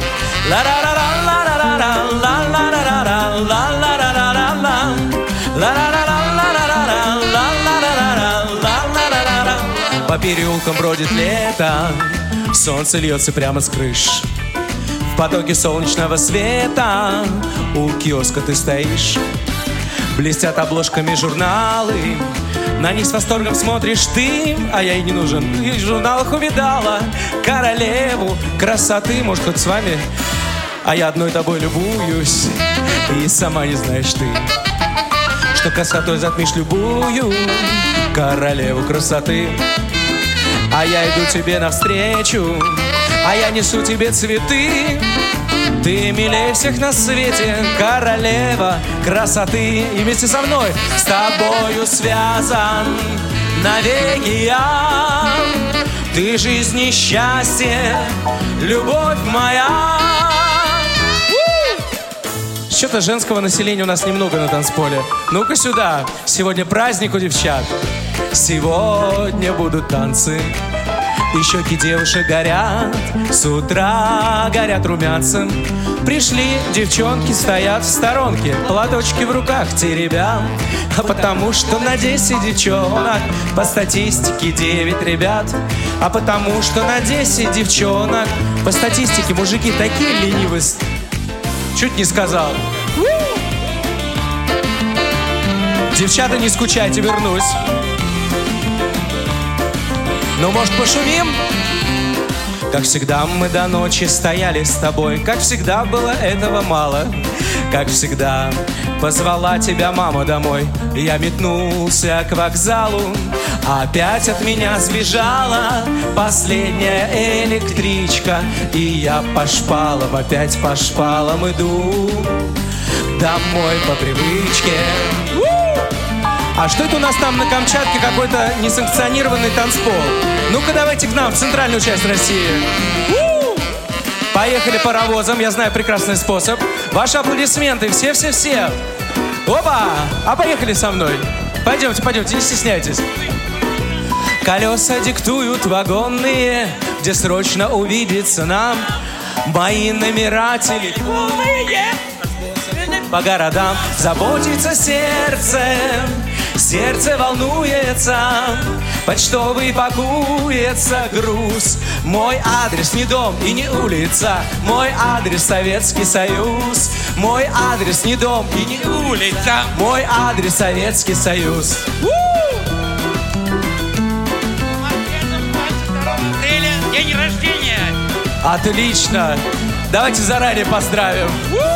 По переулкам бродит лето, солнце льется прямо с крыш. В потоке солнечного света у киоска ты стоишь. Блестят обложками журналы, на них с восторгом смотришь ты, а я и не нужен. И в журналах увидала королеву красоты. Может, хоть с вами, а я одной тобой любуюсь, и сама не знаешь ты, что красотой затмишь любую королеву красоты. А я иду тебе навстречу, а я несу тебе цветы. Ты милее всех на свете, королева красоты. И вместе со мной с тобою связан навеки я. Ты жизнь и счастье, любовь моя. Что-то женского населения у нас немного на танцполе. Ну-ка сюда, сегодня праздник у девчат. Сегодня будут танцы, и щеки девушек горят, с утра горят румянцем. Пришли девчонки, стоят в сторонке, платочки в руках теребят. А потому что на 10 девчонок по статистике 9 ребят. А потому что на 10 девчонок по статистике мужики такие ленивые. Чуть не сказал. Девчата, не скучайте, вернусь. Ну, может, пошумим? Как всегда мы до ночи стояли с тобой, как всегда было этого мало. Как всегда позвала тебя мама домой, я метнулся к вокзалу. Опять от меня сбежала последняя электричка, и я по шпалам, опять по шпалам иду домой по привычке. А что это у нас там на Камчатке, какой-то несанкционированный танцпол? Ну-ка давайте к нам, в центральную часть России. Поехали паровозом, я знаю прекрасный способ. Ваши аплодисменты, все-все-все. Опа! А поехали со мной. Пойдемте, пойдемте, не стесняйтесь. Колеса диктуют вагонные, где срочно увидеться нам. Мои номера телефонные по городам. Заботится сердце, сердце волнуется, почтовый пакуется груз. Мой адрес не дом и не улица, мой адрес Советский Союз. Мой адрес не дом и не улица, мой адрес Советский Союз. День рождения! Отлично! Давайте заранее поздравим.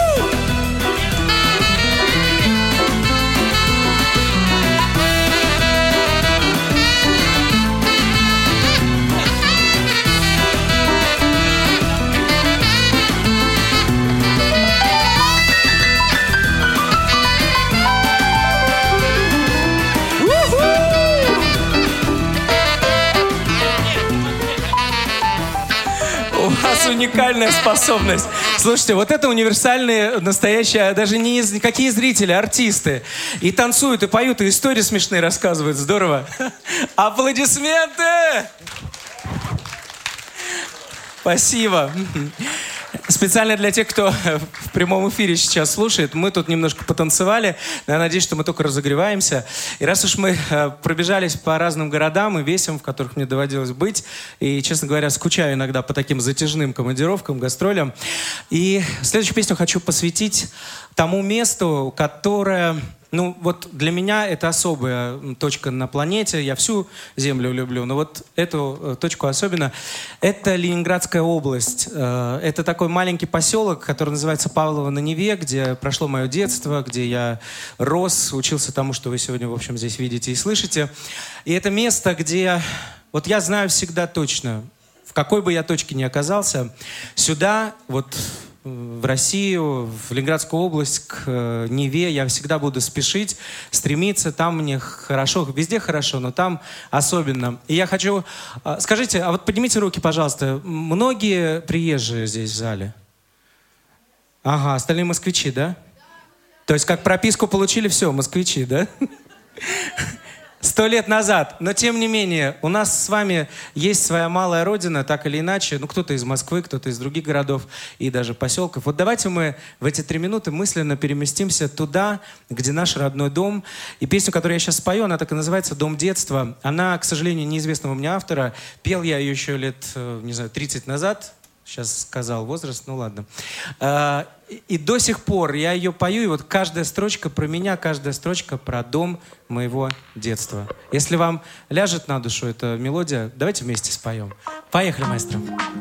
У вас уникальная способность. Слушайте, вот это универсальные, настоящие, даже не какие зрители, артисты. И танцуют, и поют, и истории смешные рассказывают. Здорово. Аплодисменты! Спасибо. Специально для тех, кто в прямом эфире сейчас слушает, мы тут немножко потанцевали. Я надеюсь, что мы только разогреваемся. И раз уж мы пробежались по разным городам и весям, в которых мне доводилось быть, и, честно говоря, скучаю иногда по таким затяжным командировкам, гастролям. И следующую песню хочу посвятить тому месту, которое... Ну, вот для меня это особая точка на планете. Я всю Землю люблю, но вот эту точку особенно. Это Ленинградская область. Это такой маленький поселок, который называется Павлово на Неве, где прошло мое детство, где я рос, учился тому, что вы сегодня, в общем, здесь видите и слышите. И это место, где... Вот я знаю всегда точно, в какой бы я точке ни оказался, сюда, вот... в Россию, в Ленинградскую область, к Неве я всегда буду спешить, стремиться. Там мне хорошо, везде хорошо, но там особенно. И я хочу... Скажите, а вот поднимите руки, пожалуйста. Многие приезжие здесь в зале? Ага, остальные москвичи, да? То есть как прописку получили, все, москвичи, да? 100 лет назад. Но, тем не менее, у нас с вами есть своя малая родина, так или иначе. Ну, кто-то из Москвы, кто-то из других городов и даже поселков. Вот давайте мы в эти 3 минуты мысленно переместимся туда, где наш родной дом. И песню, которую я сейчас спою, она так и называется «Дом детства». Она, к сожалению, неизвестного мне автора. Пел я ее еще лет, не знаю, 30 назад. Сейчас сказал возраст, ну ладно. И до сих пор я ее пою, и вот каждая строчка про меня, каждая строчка про дом моего детства. Если вам ляжет на душу эта мелодия, давайте вместе споем. Поехали, маэстро.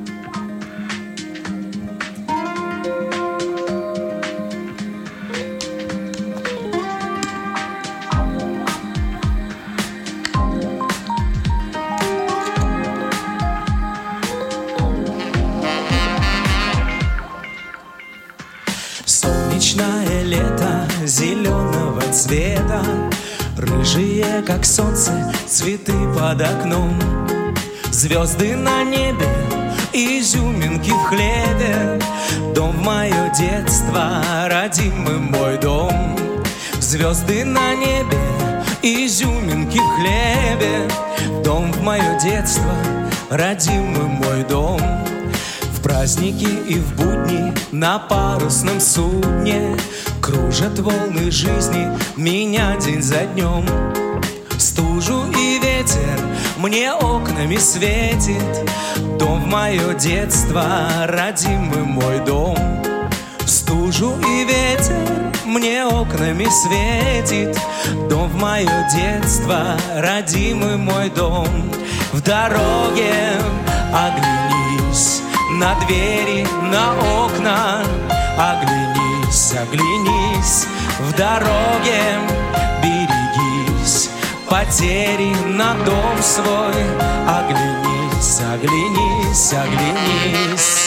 Солнечное лето зеленого цвета, рыжие, как солнце, цветы под окном, звезды на небе, изюминки в хлебе. Дом в мое детство, родимый мой дом. Звезды на небе, изюминки в хлебе. Дом в мое детство, родимый мой дом. В праздники и в будни на парусном судне кружат волны жизни меня день за днем. Стужу и ветер мне окнами светит. Дом в мое детство, родимый мой дом. Стужу и ветер мне окнами светит. Дом в мое детство, родимый мой дом. В дороге оглянись на двери, на окна. Оглянись, оглянись, в дороге берегись потери на дом свой. Оглянись, оглянись, оглянись.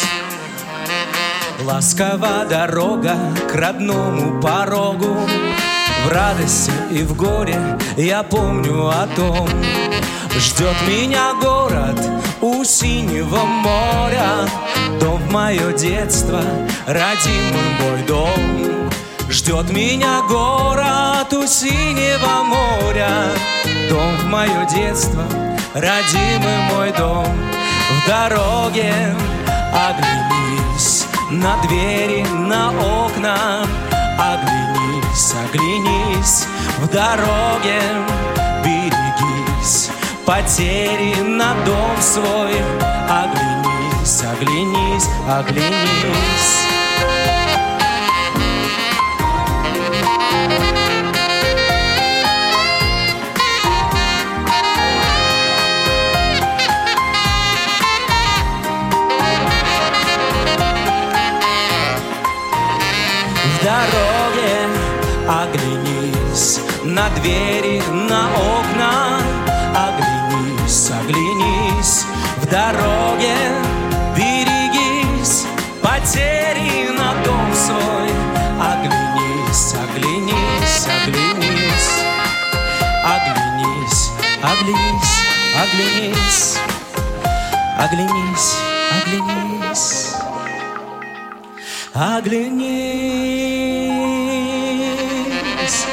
Ласкова дорога к родному порогу. В радости и в горе я помню о том. Ждет меня город у синего моря. Дом в мое детство, родимый мой дом. Ждет меня город у синего моря. Дом в мое детство, родимый мой дом. В дороге оглянись на двери, на окна. Оглянись, оглянись, в дороге берегись потери на дом свой. Оглянись, оглянись, оглянись. В дороге оглянись на двери, на окна. Оглянись, оглянись, в дороге берегись потери на дом свой. Оглянись, оглянись, оглянись. Оглянись, оглянись, оглянись. Оглянись, оглянись. Оглянись.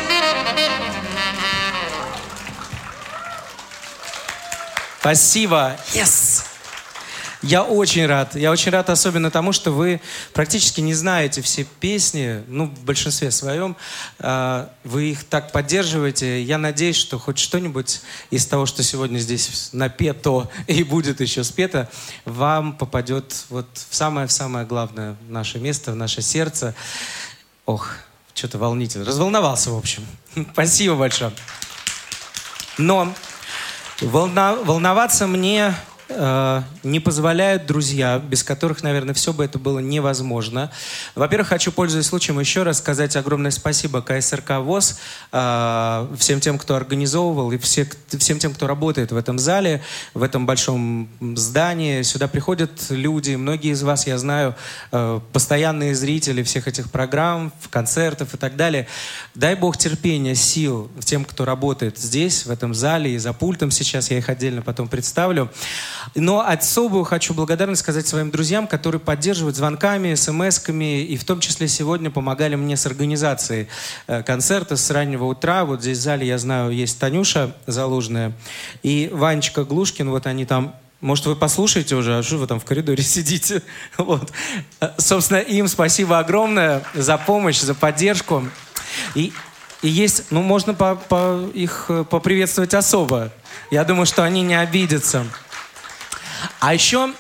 Спасибо. Yes! Я очень рад особенно тому, что вы практически не знаете все песни, ну, в большинстве своем. Вы их так поддерживаете. Я надеюсь, что хоть что-нибудь из того, что сегодня здесь напето и будет еще спето, вам попадет вот в самое-самое главное наше место, в наше сердце. Ох, что-то волнительно. Разволновался, в общем. Спасибо большое. Но волноваться мне не позволяют друзья, без которых, наверное, все бы это было невозможно. Во-первых, хочу, пользуясь случаем, еще раз сказать огромное спасибо КСРК ВОС, всем тем, кто организовывал, и всем тем, кто работает в этом зале, в этом большом здании. Сюда приходят люди, многие из вас, я знаю, постоянные зрители всех этих программ, концертов и так далее. Дай Бог терпения, сил тем, кто работает здесь, в этом зале и за пультом сейчас, я их отдельно потом представлю. Но особую хочу благодарность сказать своим друзьям, которые поддерживают звонками, смс-ками, и в том числе сегодня помогали мне с организацией концерта с раннего утра. Вот здесь в зале, я знаю, есть Танюша Залужная и Ванечка Глушкин. Вот они там. Может, вы послушаете уже, а что вы там в коридоре сидите? Вот. Собственно, им спасибо огромное за помощь, за поддержку. И есть, ну, можно их поприветствовать особо. Я думаю, что они не обидятся. А еще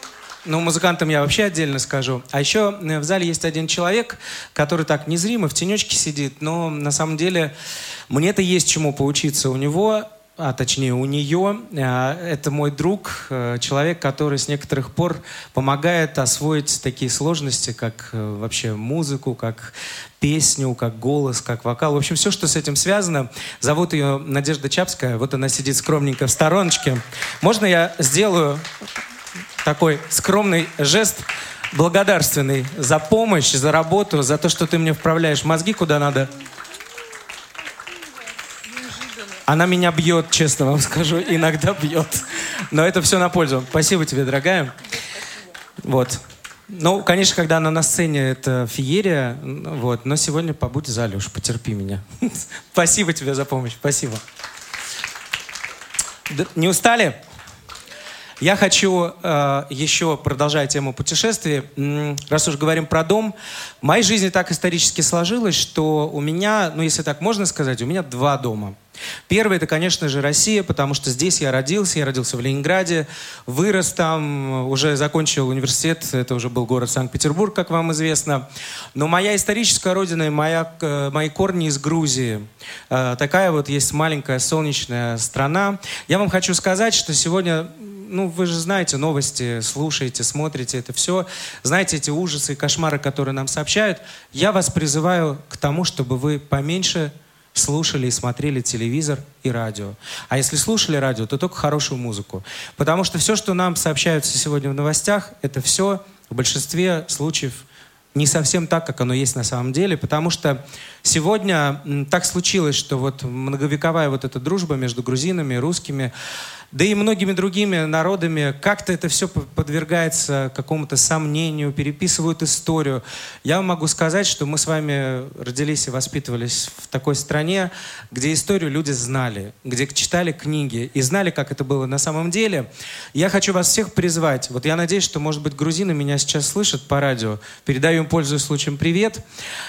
Ну, музыкантам я вообще отдельно скажу. А еще в зале есть один человек, который так незримо в тенечке сидит, но на самом деле мне-то есть чему поучиться у него, а точнее у нее. Это мой друг, человек, который с некоторых пор помогает освоить такие сложности, как вообще музыку, как песню, как голос, как вокал. В общем, все, что с этим связано. Зовут ее Надежда Чапская. Вот она сидит скромненько в стороночке. Можно я сделаю такой скромный жест благодарственный за помощь, за работу, за то, что ты мне вправляешь мозги куда надо? Она меня бьет, честно вам скажу, иногда бьет. Но это все на пользу. Спасибо тебе, дорогая. Вот. Ну, конечно, когда она на сцене, это феерия. Вот. Но сегодня побудь в зале, уж потерпи меня. Спасибо тебе за помощь. Спасибо. Не устали? Я хочу еще, продолжая тему путешествий, раз уж говорим про дом, в моей жизни так исторически сложилось, что у меня, ну если так можно сказать, у меня два дома. Первый — это, конечно же, Россия, потому что здесь я родился в Ленинграде, вырос там, уже закончил университет, это уже был город Санкт-Петербург, как вам известно. Но моя историческая родина и мои корни из Грузии. Такая вот есть маленькая солнечная страна. Я вам хочу сказать, что сегодня... Ну, вы же знаете новости, слушаете, смотрите это все. Знаете эти ужасы и кошмары, которые нам сообщают. Я вас призываю к тому, чтобы вы поменьше слушали и смотрели телевизор и радио. А если слушали радио, то только хорошую музыку. Потому что все, что нам сообщаются сегодня в новостях, это все в большинстве случаев не совсем так, как оно есть на самом деле. Потому что сегодня так случилось, что вот многовековая вот эта дружба между грузинами и русскими, да и многими другими народами, как-то это все подвергается какому-то сомнению, переписывают историю. Я вам могу сказать, что мы с вами родились и воспитывались в такой стране, где историю люди знали, где читали книги и знали, как это было на самом деле. Я хочу вас всех призвать. Вот я надеюсь, что, может быть, грузины меня сейчас слышат по радио. Передаю им, пользуясь случаем, привет.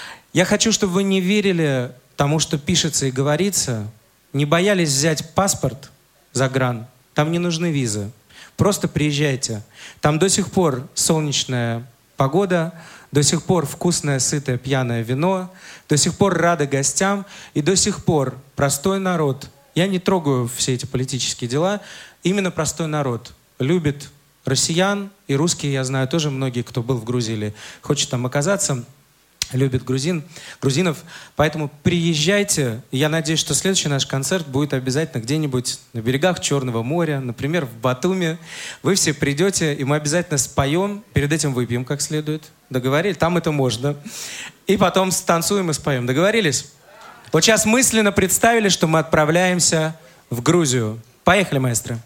Я хочу, чтобы вы не верили тому, что пишется и говорится, не боялись взять паспорт загран. Там не нужны визы. Просто приезжайте. Там до сих пор солнечная погода, до сих пор вкусное, сытое, пьяное вино, до сих пор рады гостям, и до сих пор простой народ, я не трогаю все эти политические дела, именно простой народ любит россиян, и русские, я знаю, тоже многие, кто был в Грузии или хочет там оказаться, любят грузинов. Поэтому приезжайте. Я надеюсь, что следующий наш концерт будет обязательно где-нибудь на берегах Черного моря, например, в Батуми. Вы все придете, и мы обязательно споем. Перед этим выпьем как следует. Договорились? Там это можно. И потом станцуем и споем. Договорились? Вот сейчас мысленно представили, что мы отправляемся в Грузию. Поехали, маэстро.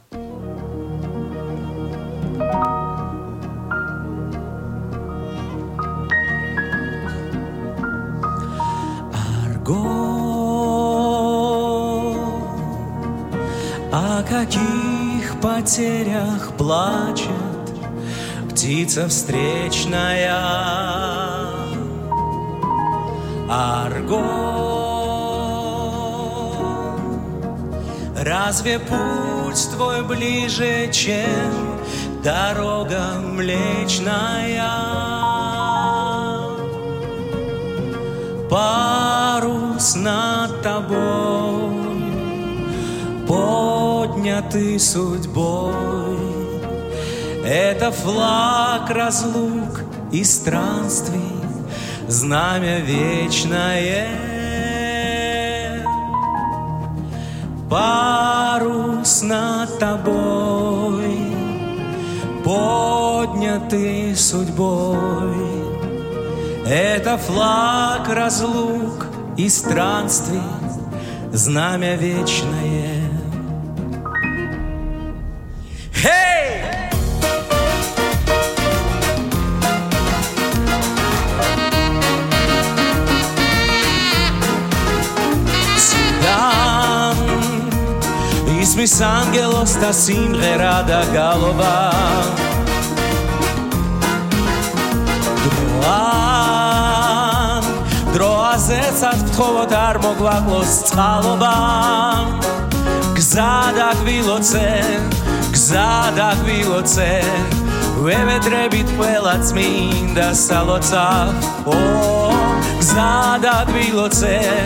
О каких потерях плачет птица встречная? Арго, разве путь твой ближе, чем дорога Млечная? Парус над тобой поднятый судьбой. Это флаг разлук и странствий, знамя вечное. Парус над тобой поднятый судьбой. Это флаг разлук и странствий, знамя вечное. Hey! Сюда из mis ángelos está enredada голова. დროაზეცად ვთხოვოთ არ მოგვაკლოს წყალობა. გზა და გვილოცე, Vēvedrebīt pēlāts mīnda salocā. O, gzādak viloce,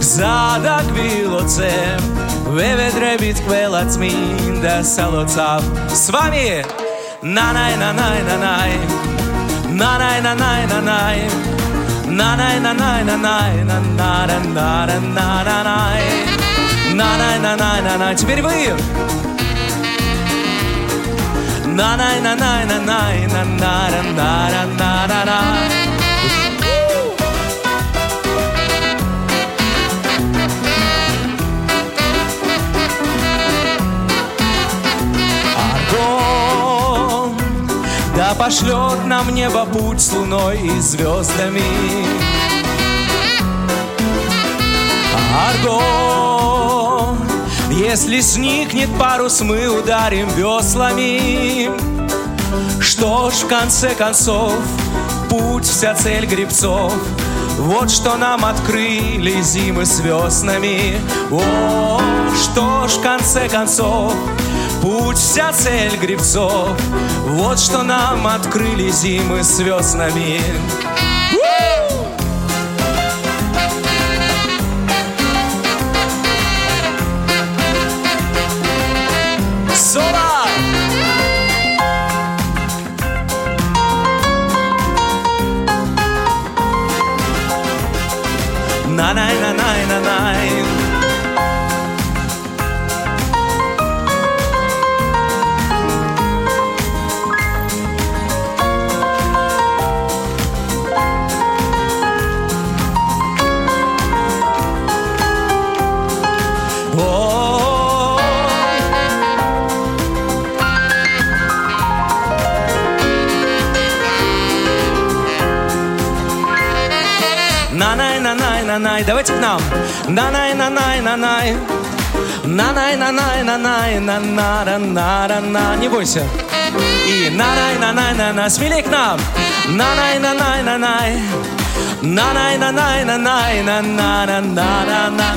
Vēvedrebīt pēlāts mīnda salocā. С вами! На-най-на-най-на-най, на-най-на-най-на-най, на-най-на-най-на-най, на-на-на-на-на-на-най, на-най-на-най-на-най. Теперь вы! На-най-на-най-на-най, на-на-на-на-на-на-на. Да пошлет нам небо путь с луной и звездами. Арго, если сникнет парус, мы ударим веслами. Что ж, в конце концов, путь вся цель гребцов. Вот что нам открыли зимы с веснами. О, что ж, в конце концов, путь вся цель гребцов. Вот что нам открыли зимы с веснами. Соло! На-най-на-най-на-най. На-най-на-най-на-най. Давайте к нам. На-най-на-най-на-най. На-най-на-най-на-най. На-на-на-на-на. Не бойся. И на-най-на-най-на-най. Смелей к нам. На-най-на-най-на-най. На-най-на-най-на-най. На-на-на-на-на-на.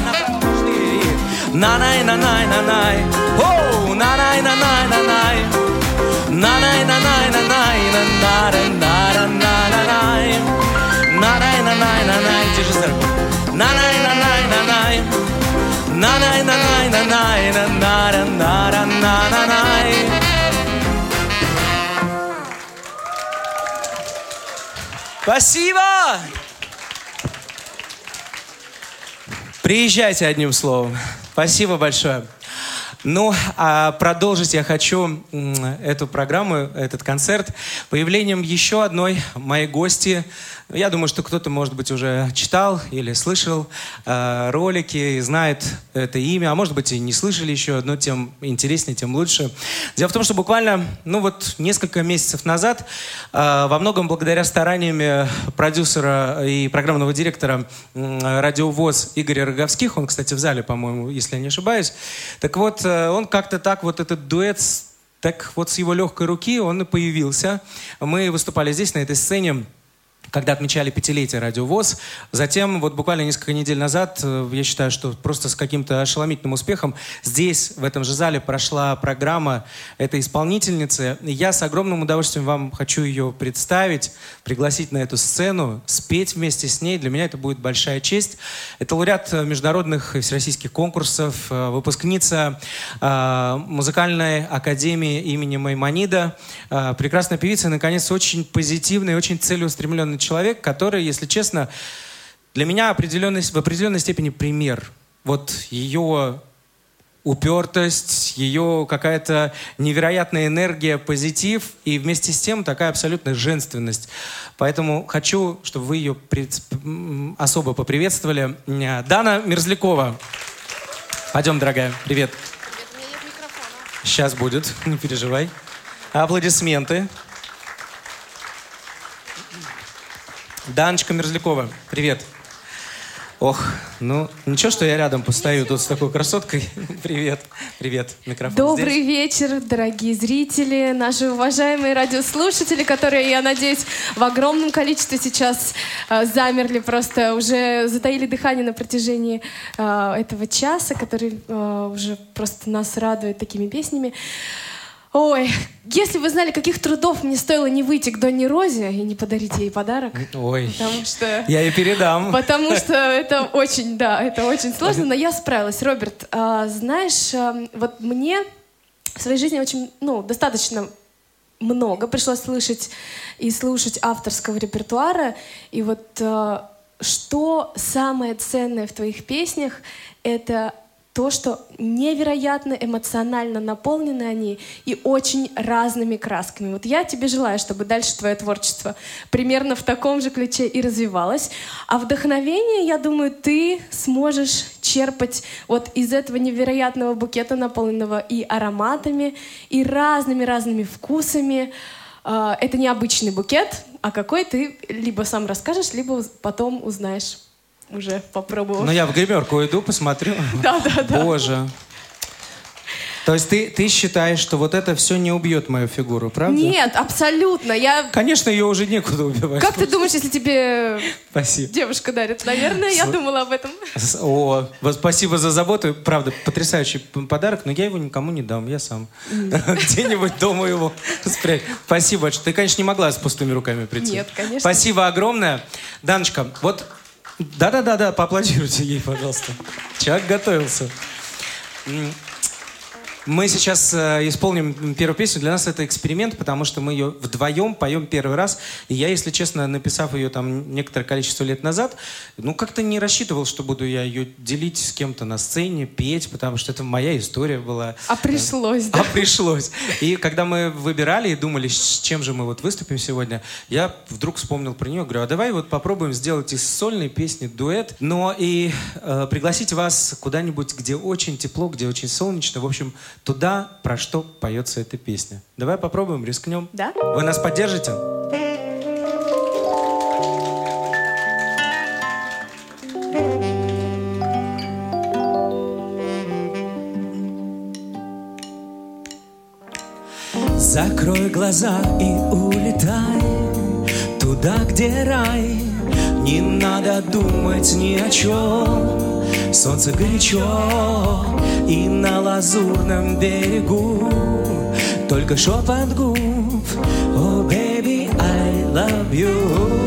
На-най-на-най-на-най. Оу, на-най-на-най-на-най. На-най-на-най-на-най. На-на-на-на-на-на-най. На-най-на-най-на-най. Держи за руку. На-най-на-най-на-най. На-най-на-най-на-най. На-на-на-на-на-най. Спасибо! Приезжайте, одним словом. Спасибо большое. Ну, а продолжить я хочу эту программу, этот концерт появлением еще одной моей гости. Я думаю, что кто-то, может быть, уже читал или слышал ролики, знает это имя, а может быть и не слышали еще, но тем интереснее, тем лучше. Дело в том, что буквально, несколько месяцев назад, во многом благодаря стараниями продюсера и программного директора Радио ВОС Игоря Роговских, он, кстати, в зале, по-моему, если я не ошибаюсь, так вот, он как-то так, вот этот дуэт, так вот с его легкой руки он и появился. Мы выступали здесь, на этой сцене, когда отмечали 5-летие Радио ВОС. Затем, вот буквально несколько недель назад, я считаю, что просто с каким-то ошеломительным успехом здесь, в этом же зале, прошла программа этой исполнительницы. Я с огромным удовольствием вам хочу ее представить, пригласить на эту сцену, спеть вместе с ней. Для меня это будет большая честь. Это лауреат международных и всероссийских конкурсов, выпускница музыкальной академии имени Маймонида, прекрасная певица и, наконец, очень позитивный, очень целеустремленный человек, который, если честно, для меня в определенной степени пример. Вот ее упертость, ее какая-то невероятная энергия, позитив и вместе с тем такая абсолютная женственность. Поэтому хочу, чтобы вы ее особо поприветствовали. Дана Мерзлякова. Пойдем, дорогая. Привет. Привет, у меня нет микрофона. Сейчас будет, не переживай. Аплодисменты. Даночка Мерзлякова, привет. Ох, ничего, что я рядом постою тут с такой красоткой. Привет, привет, микрофон Добрый здесь. вечер, дорогие зрители, наши уважаемые радиослушатели, которые, я надеюсь, в огромном количестве сейчас замерли, просто уже затаили дыхание на протяжении этого часа, который уже просто нас радует такими песнями. Ой, если вы знали, каких трудов мне стоило не выйти к Донне Розе и не подарить ей подарок. Ой, Потому что... я ей передам. Потому что это очень, да, это очень сложно, но я справилась. Роберт, знаешь, вот мне в своей жизни очень, достаточно много пришлось слышать и слушать авторского репертуара. И вот что самое ценное в твоих песнях, это то, что невероятно эмоционально наполнены они и очень разными красками. Вот я тебе желаю, чтобы дальше твое творчество примерно в таком же ключе и развивалось. А вдохновение, я думаю, ты сможешь черпать вот из этого невероятного букета, наполненного и ароматами, и разными-разными вкусами. Это необычный букет, а какой ты либо сам расскажешь, либо потом узнаешь. Уже попробовал. Ну, я в гримерку уйду, посмотрю. Да. Боже. То есть ты считаешь, что вот это все не убьет мою фигуру, правда? Нет, абсолютно. Конечно, ее уже некуда убивать. Как ты думаешь, если тебе Спасибо. девушка дарит? Наверное, я думала об этом. Спасибо за заботу. Правда, потрясающий подарок, но я его никому не дам. Я сам где-нибудь дома его спрячу. Спасибо большое. Ты, конечно, не могла с пустыми руками прийти. Нет, конечно. Спасибо огромное. Даночка, вот... Да, поаплодируйте ей, пожалуйста. Человек готовился. Мы сейчас исполним первую песню. Для нас это эксперимент, потому что мы ее вдвоем поем первый раз. И я, если честно, написав ее там некоторое количество лет назад, как-то не рассчитывал, что буду я ее делить с кем-то на сцене, петь, потому что это моя история была. А пришлось, да? А пришлось. И когда мы выбирали и думали, с чем же мы вот выступим сегодня, я вдруг вспомнил про нее. Говорю, а давай вот попробуем сделать из сольной песни дуэт, но и пригласить вас куда-нибудь, где очень тепло, где очень солнечно. В общем, туда, про что поется эта песня. Давай попробуем, рискнем. Да? Вы нас поддержите? Закрой глаза и улетай туда, где рай. Не надо думать ни о чем. Солнце горячо, и на лазурном берегу только шепот губ. Oh, baby, I love you.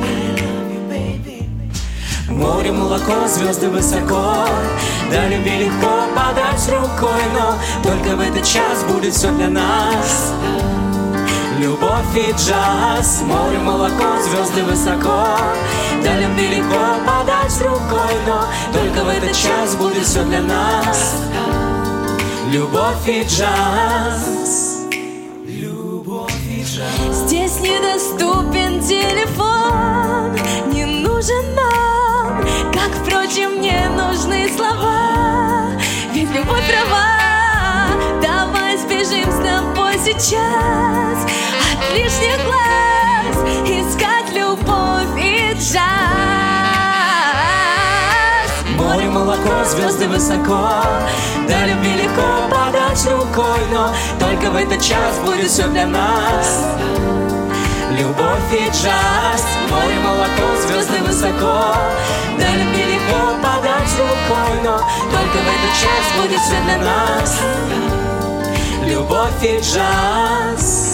Море, молоко, звезды высоко, до любви легко подать рукой, но только в этот час будет все для нас. Любовь и джаз, море, молоко, звезды высоко, до любви легко подать рукой, но только в этот час будет все для нас. Любовь и джаз. Любовь и джаз. Здесь недоступен телефон, не нужен нам, как, впрочем, не нужны слова. Ведь любовь права, давай сбежим с тобой сейчас от лишних глаз, искать любовь и джаз. Море, молоко, звезды высоко, до любви легко подать рукой, но только в этот час будет все для нас. Любовь и джаз, море, молоко, звезды высоко, до любви легко подать рукой, но только в этот час будет все для нас. Любовь и джаз.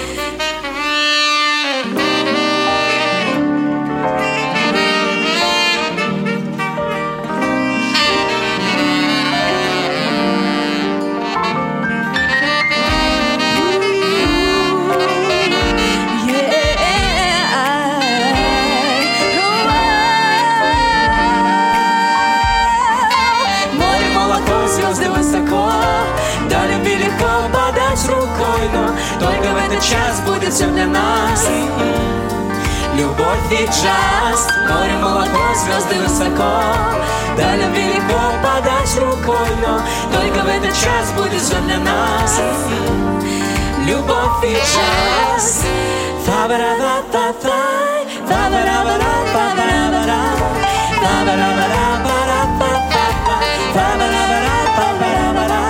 Только в этот час будет все для нас. Любовь и джаз, море, молоко, звезды высоко, до любви легко подать рукой, но только в этот час будет все для нас. Любовь и джаз. Фа-ба-ра-ба-ба-ба, фа-ба-ра-ба-ра-ба-ба-ра, фа-ба-ра-ба-ра-ба-ра-ба-ба, фа-ба-ра-ба-ра-ба-ба-ра-ба-ра.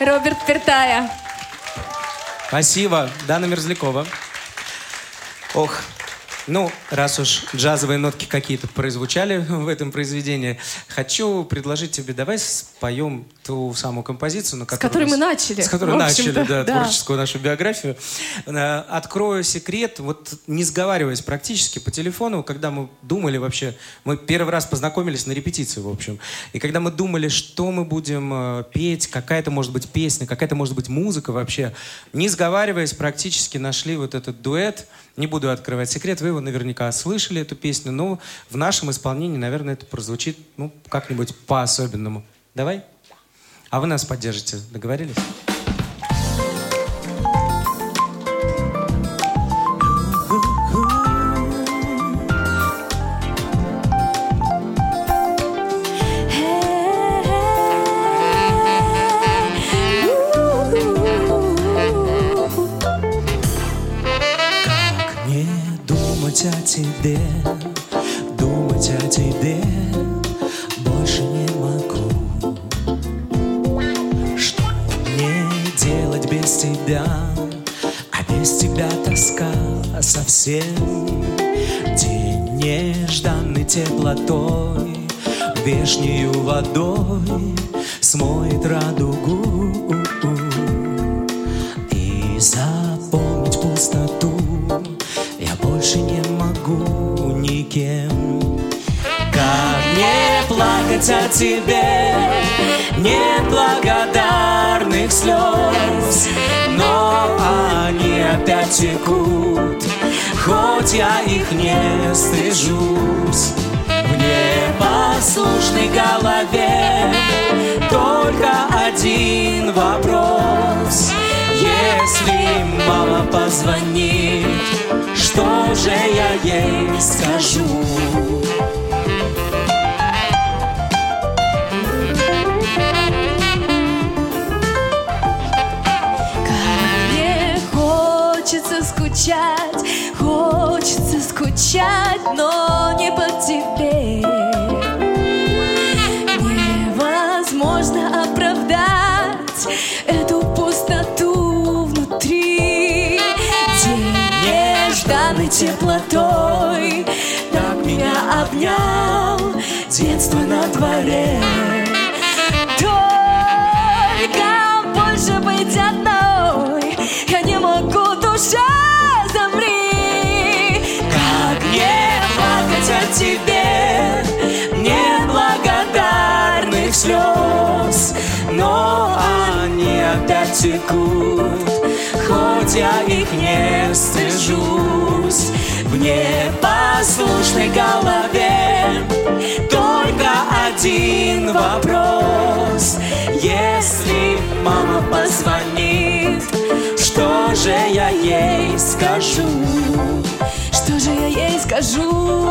Роберт Пертая. Спасибо. Дана Мерзлякова. Ох, ну, раз уж джазовые нотки какие-то прозвучали в этом произведении, хочу предложить тебе, давай споем ту самую композицию, с которой мы начали. С которой начали, да, творческую нашу биографию. Открою секрет, вот не сговариваясь практически по телефону, когда мы думали вообще, мы первый раз познакомились на репетиции, в общем, и когда мы думали, что мы будем петь, какая-то может быть песня, какая-то может быть музыка вообще, не сговариваясь практически нашли вот этот дуэт. Не буду открывать секрет, вы его наверняка слышали, эту песню, но в нашем исполнении, наверное, это прозвучит, ну, как-нибудь по-особенному. Давай? А вы нас поддержите, договорились? О тебе, думать о тебе больше не могу. Что мне делать без тебя? А без тебя тоска совсем. День нежданной теплотой, вешнею водой смоет радугу. И запомнить пустоту я больше не могу никем. Как не плакать о тебе, нет благодарных слез, но они опять текут, хоть я их не стыжусь. В непослушной голове только один вопрос: если мама позвонит, что же я ей скажу? Как мне хочется скучать, но не по тебе. Невозможно оправдать эту пустоту внутри. День нежданной теплотой так меня обнял, детство на дворе. Только больше быть одной я не могу, душа, замри. Как не плакать о тебе, неблагодарных слез, но они опять текут, хоть я их не стыжусь. В непослушной голове только один вопрос: если мама позвонит, что же я ей скажу? Что же я ей скажу?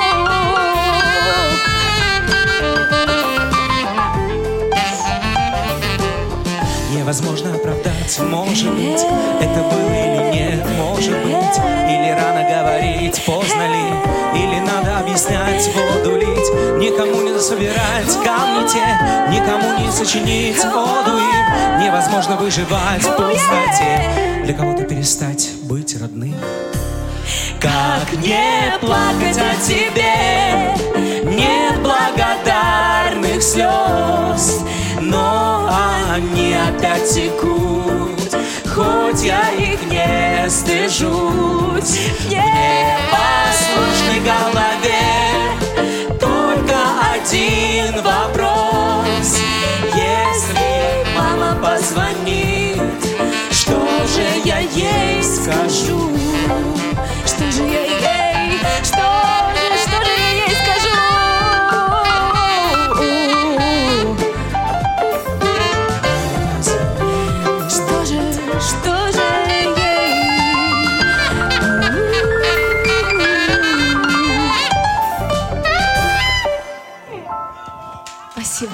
Невозможно оправдать, может быть, это было или нет, может быть, или рано говорить, поздно ли, или надо объяснять, воду лить, никому не собирать камни те, никому не сочинить оду им. Невозможно выживать в пустоте, для кого-то перестать быть родным. Как не плакать о тебе, нет благодарных слез, но они опять текут, хоть я их не стыжусь. В непослушной голове только один вопрос: если мама позвонит, что же я ей скажу? Что же я ей, что же я ей скажу? Что же ей? Спасибо.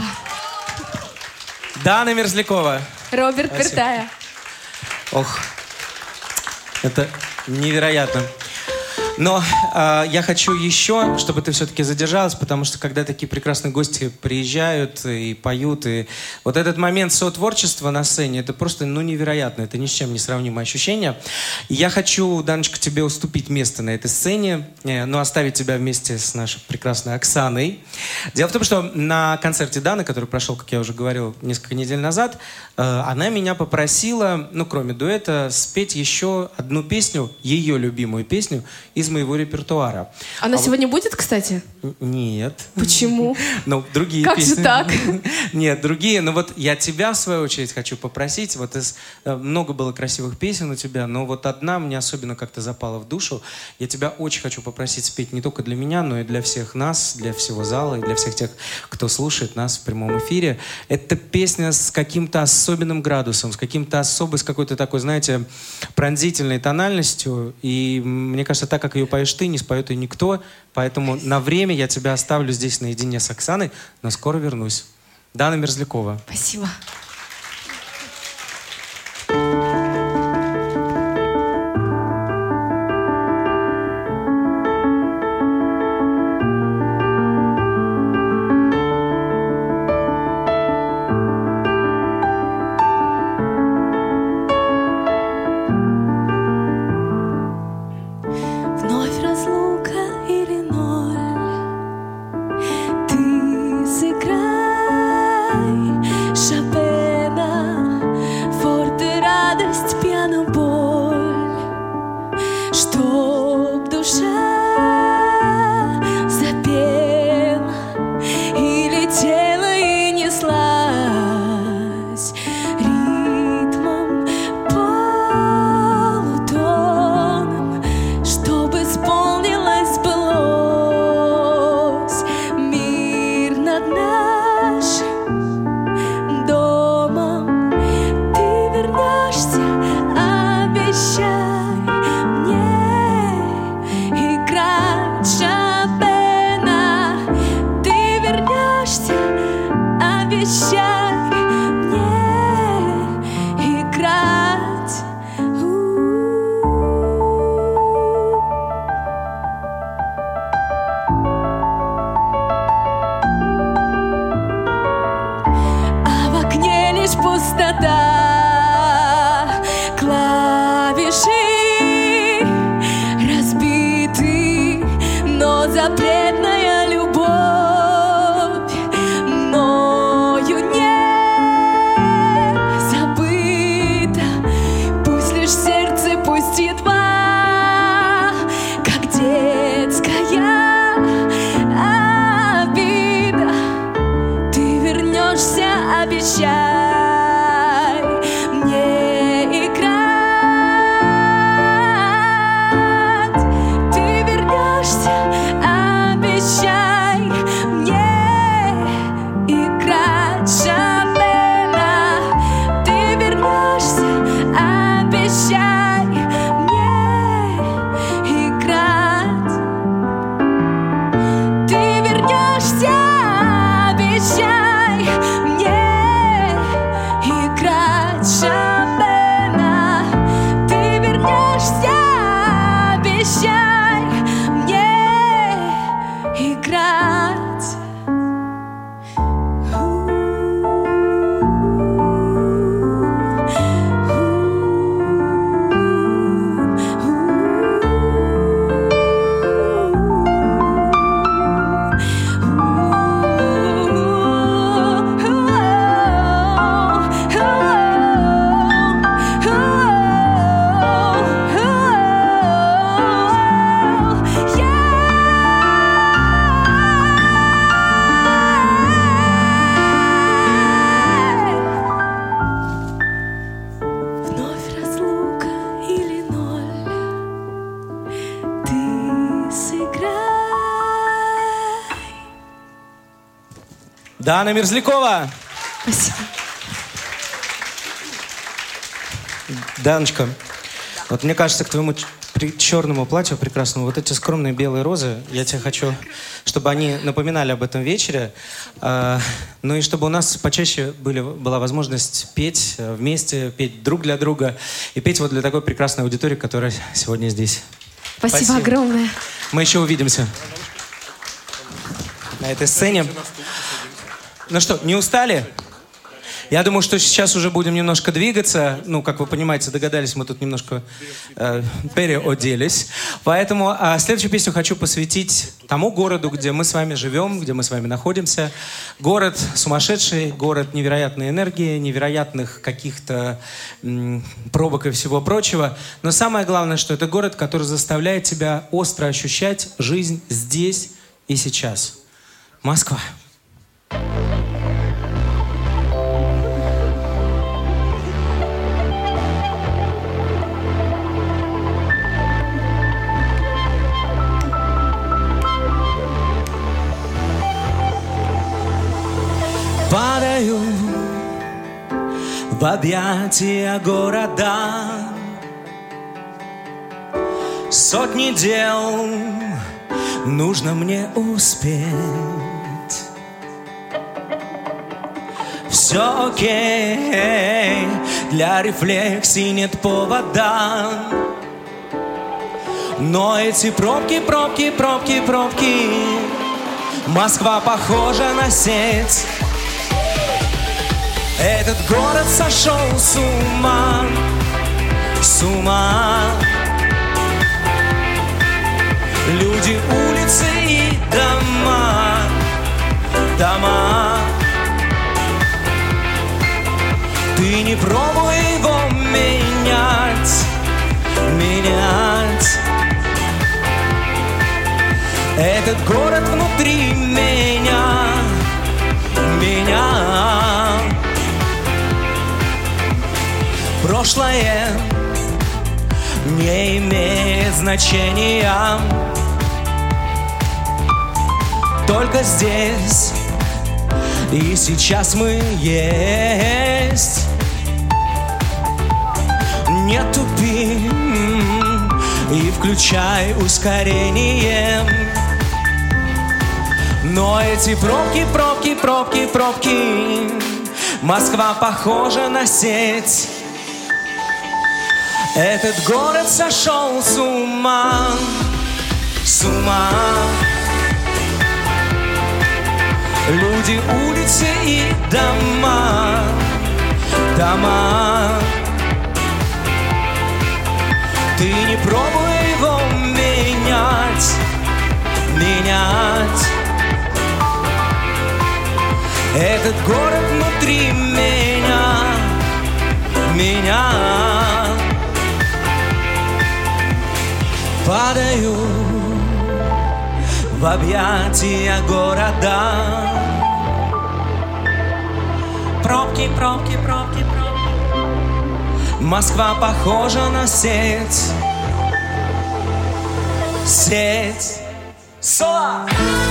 Дана Мерзлякова. Роберт Спасибо. Пертая. Ох, это невероятно. Но я хочу еще, чтобы ты все-таки задержалась, потому что когда такие прекрасные гости приезжают и поют, и вот этот момент сотворчества на сцене, это просто, ну, невероятно, это ни с чем не сравнимое ощущение. И я хочу, Даночка, тебе уступить место на этой сцене, но оставить тебя вместе с нашей прекрасной Оксаной. Дело в том, что на концерте Даны, который прошел, как я уже говорил, несколько недель назад, она меня попросила, ну, кроме дуэта, спеть еще одну песню, ее любимую песню из моего репертуара. Она сегодня будет, кстати? Нет. Почему? Ну, другие как песни. Как же так? Нет, другие. Но вот я тебя, в свою очередь, хочу попросить. Вот много было красивых песен у тебя, но вот одна мне особенно как-то запала в душу. Я тебя очень хочу попросить спеть не только для меня, но и для всех нас, для всего зала и для всех тех, кто слушает нас в прямом эфире. Это песня с каким-то особенным градусом, с каким-то особой, с какой-то такой, знаете, пронзительной тональностью. И мне кажется, так как ее поешь ты, не споет и никто. Поэтому на время я тебя оставлю здесь наедине с Оксаной, но скоро вернусь. Дана Мерзлякова. Спасибо. Дана Мерзлякова. Спасибо. Даночка, вот мне кажется, к твоему черному платью прекрасному, вот эти скромные белые розы, я тебе хочу, чтобы они напоминали об этом вечере, ну и чтобы у нас почаще была возможность петь вместе, петь друг для друга и петь вот для такой прекрасной аудитории, которая сегодня здесь. Спасибо огромное. Мы еще увидимся на этой сцене. Ну что, не устали? Я думаю, что сейчас уже будем немножко двигаться. Ну, как вы понимаете, догадались, мы тут немножко переоделись. Поэтому следующую песню хочу посвятить тому городу, где мы с вами живем, где мы с вами находимся. Город сумасшедший, город невероятной энергии, невероятных каких-то пробок и всего прочего. Но самое главное, что это город, который заставляет тебя остро ощущать жизнь здесь и сейчас. Москва. Падаю в объятия города, сотни дел нужно мне успеть. Все окей, для рефлексии нет повода, но эти пробки, пробки, пробки, пробки, Москва похожа на сеть. Этот город сошел с ума, с ума. Люди, улицы и дома, дома. Ты не пробуй его менять, менять. Этот город внутри меня, меня. Прошлое не имеет значения. Только здесь и сейчас мы есть. Не тупи и включай ускорение. Но эти пробки, пробки, пробки, пробки, Москва похожа на сеть. Этот город сошел с ума, с ума. Люди, улицы и дома, дома. Ты не пробуй его менять, менять. Этот город внутри меня, меня. Падаю в объятия города. Пробки, пробки, пробки, пробки. Москва похожа на сеть. Сеть. Соло!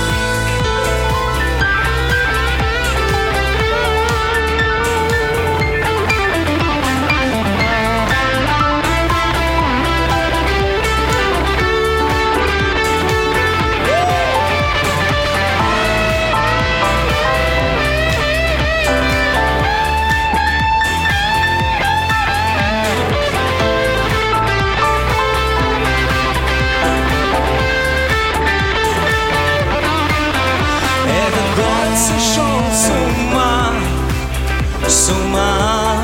Сошел с ума, с ума.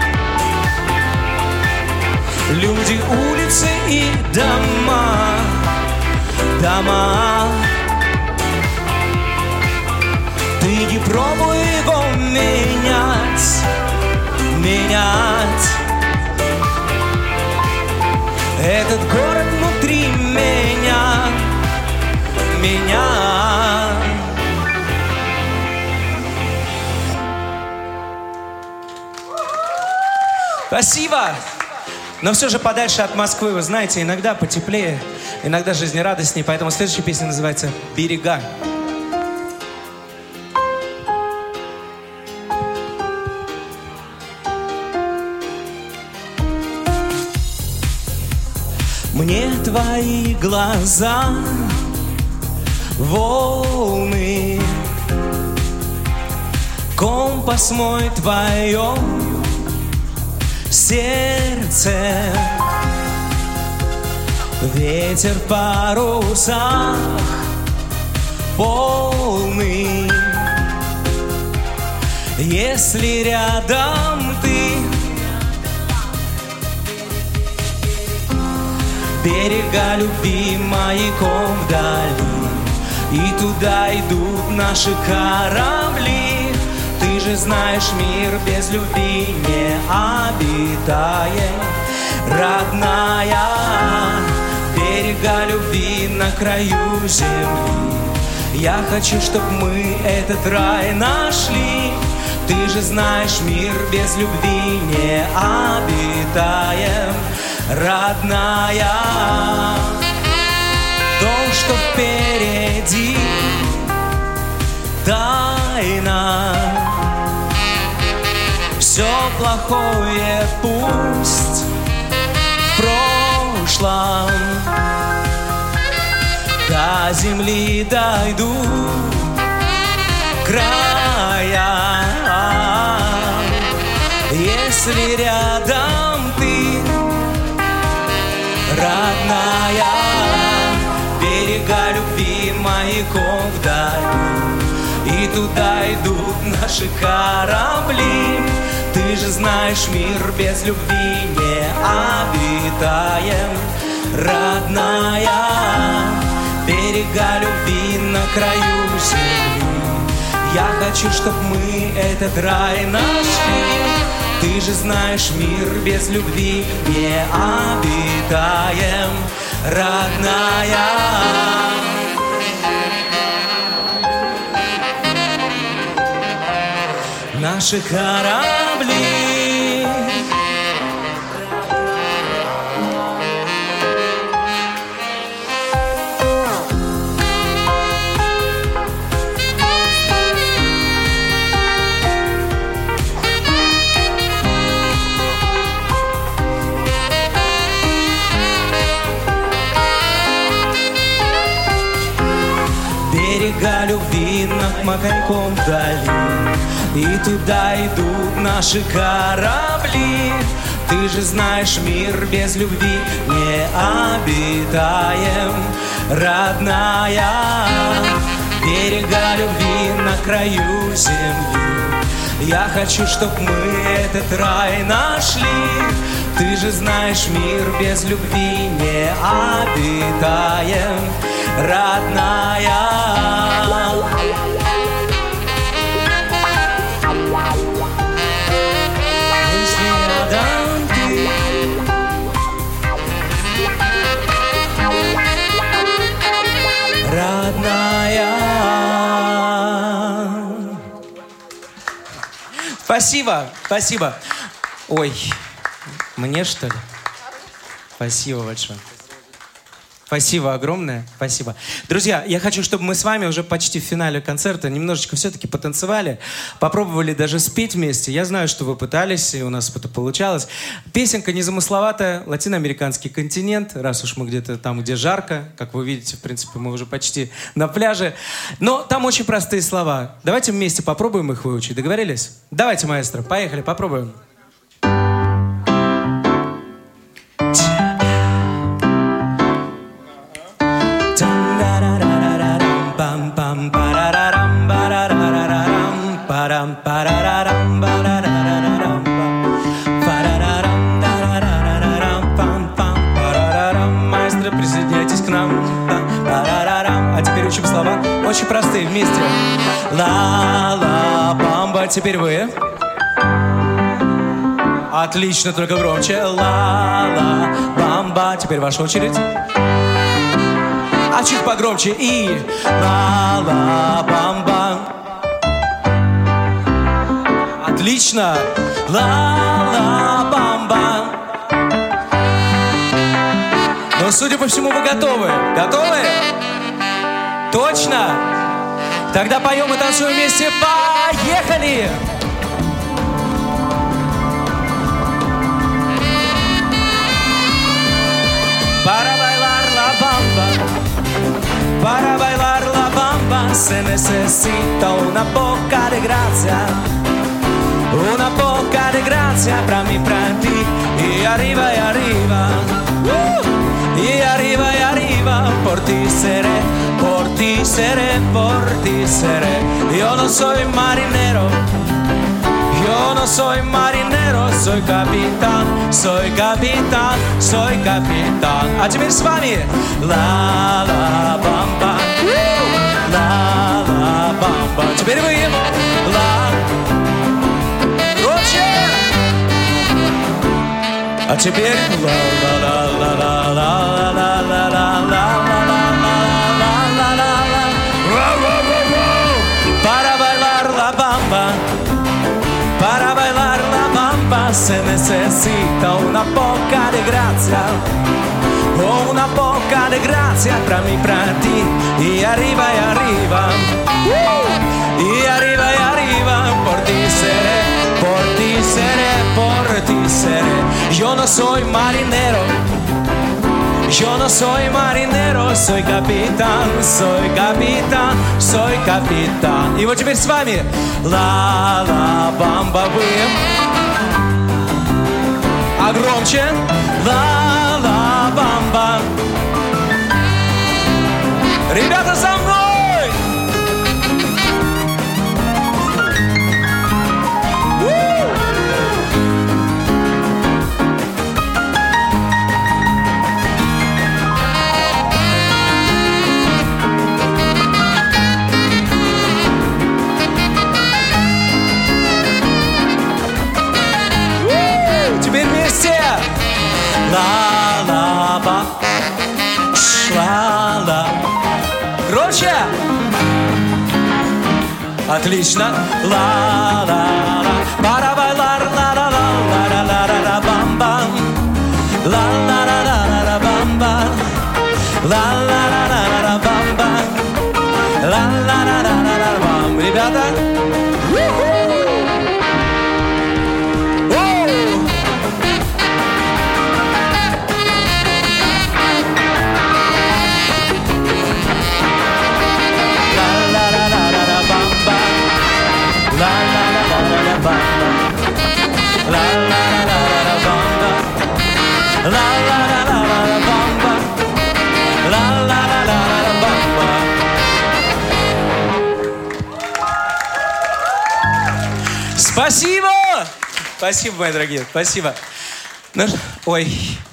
Люди, улицы и дома, дома. Ты не пробуй его менять, менять. Этот город внутри меня, меня. Спасибо! Но все же подальше от Москвы, вы знаете, иногда потеплее, иногда жизнерадостнее, поэтому следующая песня называется «Берега». Мне твои глаза, волны, компас мой твое сердце. Ветер в парусах полный. Если рядом ты, берега любви маяком вдали, и туда идут наши корабли. Ты же знаешь, мир без любви не обитаем, родная. Берега любви на краю земли. Я хочу, чтоб мы этот рай нашли. Ты же знаешь, мир без любви не обитаем, родная. То, что впереди, тайна. Все плохое пусть в прошлом. До земли дойду края. Если рядом ты, родная. Берега любви маяком вдали, и туда идут наши корабли. Ты же знаешь, мир без любви не обитаем, родная. Берега любви на краю земли. Я хочу, чтоб мы этот рай нашли. Ты же знаешь, мир без любви не обитаем, родная. Наши корабли. Берега любви над маяком вдали, и туда идут наши корабли. Ты же знаешь, мир без любви не обитаем, родная. Берега любви на краю земли. Я хочу, чтоб мы этот рай нашли. Ты же знаешь, мир без любви не обитаем, родная. Спасибо, спасибо. Ой, мне что ли? Спасибо большое. Спасибо огромное, спасибо. Друзья, я хочу, чтобы мы с вами уже почти в финале концерта немножечко все-таки потанцевали, попробовали даже спеть вместе. Я знаю, что вы пытались, и у нас это получалось. Песенка незамысловатая, латиноамериканский континент, раз уж мы где-то там, где жарко. Как вы видите, в принципе, мы уже почти на пляже. Но там очень простые слова. Давайте вместе попробуем их выучить. Договорились? Давайте, маэстро, поехали, попробуем. Маэстро, присоединяйтесь к нам. А теперь учим слова. Очень простые, вместе. Ла-ла-бамба. Теперь вы. Отлично, только громче. Ла-ла-бамба. Теперь ваша очередь. А чуть погромче. И ла-ла-бамба. Отлично. Ла-ла-бамба. Но, судя по всему, вы готовы. Готовы? Точно? Тогда поем и танцуем вместе. Поехали! Para bailar la bamba, para bailar la bamba se necesita una poca de gracia para mí, para ti, y arriba, y arriba, por ti seré, por ti seré, por ti seré. Yo no soy marinero, yo no soy marinero, soy capitán, soy capitán, soy capitán. А теперь с вами ла-ла-бамба, ла-ла-бамба. Теперь вы ла. Громче. А теперь ла-ла-ла-ла-ла-ла-ла-ла-ла-ла-ла-ла-ла-ла. Para bailar la bamba, para bailar la bamba se necesita una poca de gracia, una poca de gracia para mí, para ti. Y arriba, y arriba, y arriba, y arriba, por ti seré, por ti seré, por ti seré. Yo no soy marinero, yo no soy marinero, soy capitán, soy capitán, soy capitán. И вот теперь с вами ла-ла-бамба вы. А громче ла-ла-бамба. Ребята, за мной! Ла-ла-ба, ла-ла. Громче! Отлично! Ла-ла-ла. Para bailar ла-ла-ла-ла-ла-ла-ла-ла-бам-бам. Ла-ла-ла-ла-ла-бам-бам. Ла-ла-ла-ла-ла-бам-бам. Ла-ла-ла-ла-ла-бам. Ребята! Спасибо! Спасибо, мои дорогие, спасибо. Ой.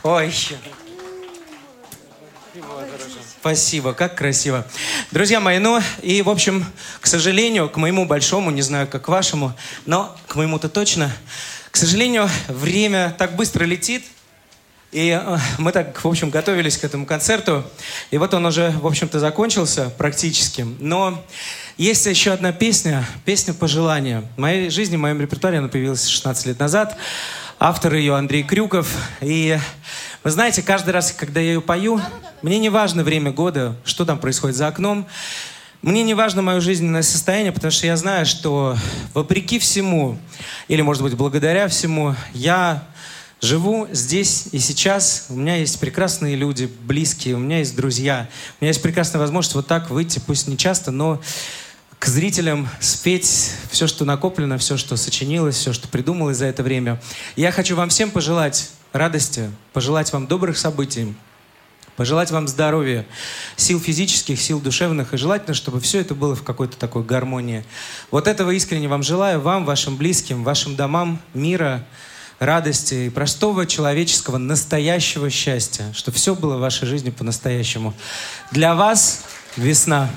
Спасибо, как красиво. Друзья мои, ну и, в общем, к сожалению, к моему большому, не знаю, как к вашему, но к моему-то точно, к сожалению, время так быстро летит. И мы так, в общем, готовились к этому концерту. И вот он уже, в общем-то, закончился практически. Но есть еще одна песня, песня «Пожелания». В моей жизни, в моем репертуаре она появилась 16 лет назад. Автор ее Андрей Крюков. И вы знаете, каждый раз, когда я ее пою, мне не важно время года, что там происходит за окном. Мне не важно мое жизненное состояние, потому что я знаю, что вопреки всему, или, может быть, благодаря всему, я живу здесь и сейчас. У меня есть прекрасные люди, близкие, у меня есть друзья. У меня есть прекрасная возможность вот так выйти, пусть не часто, но к зрителям спеть все, что накоплено, все, что сочинилось, все, что придумалось за это время. Я хочу вам всем пожелать радости, пожелать вам добрых событий, пожелать вам здоровья, сил физических, сил душевных, и желательно, чтобы все это было в какой-то такой гармонии. Вот этого искренне вам желаю, вам, вашим близким, вашим домам мира, радости и простого человеческого настоящего счастья, чтобы все было в вашей жизни по-настоящему. Для вас весна.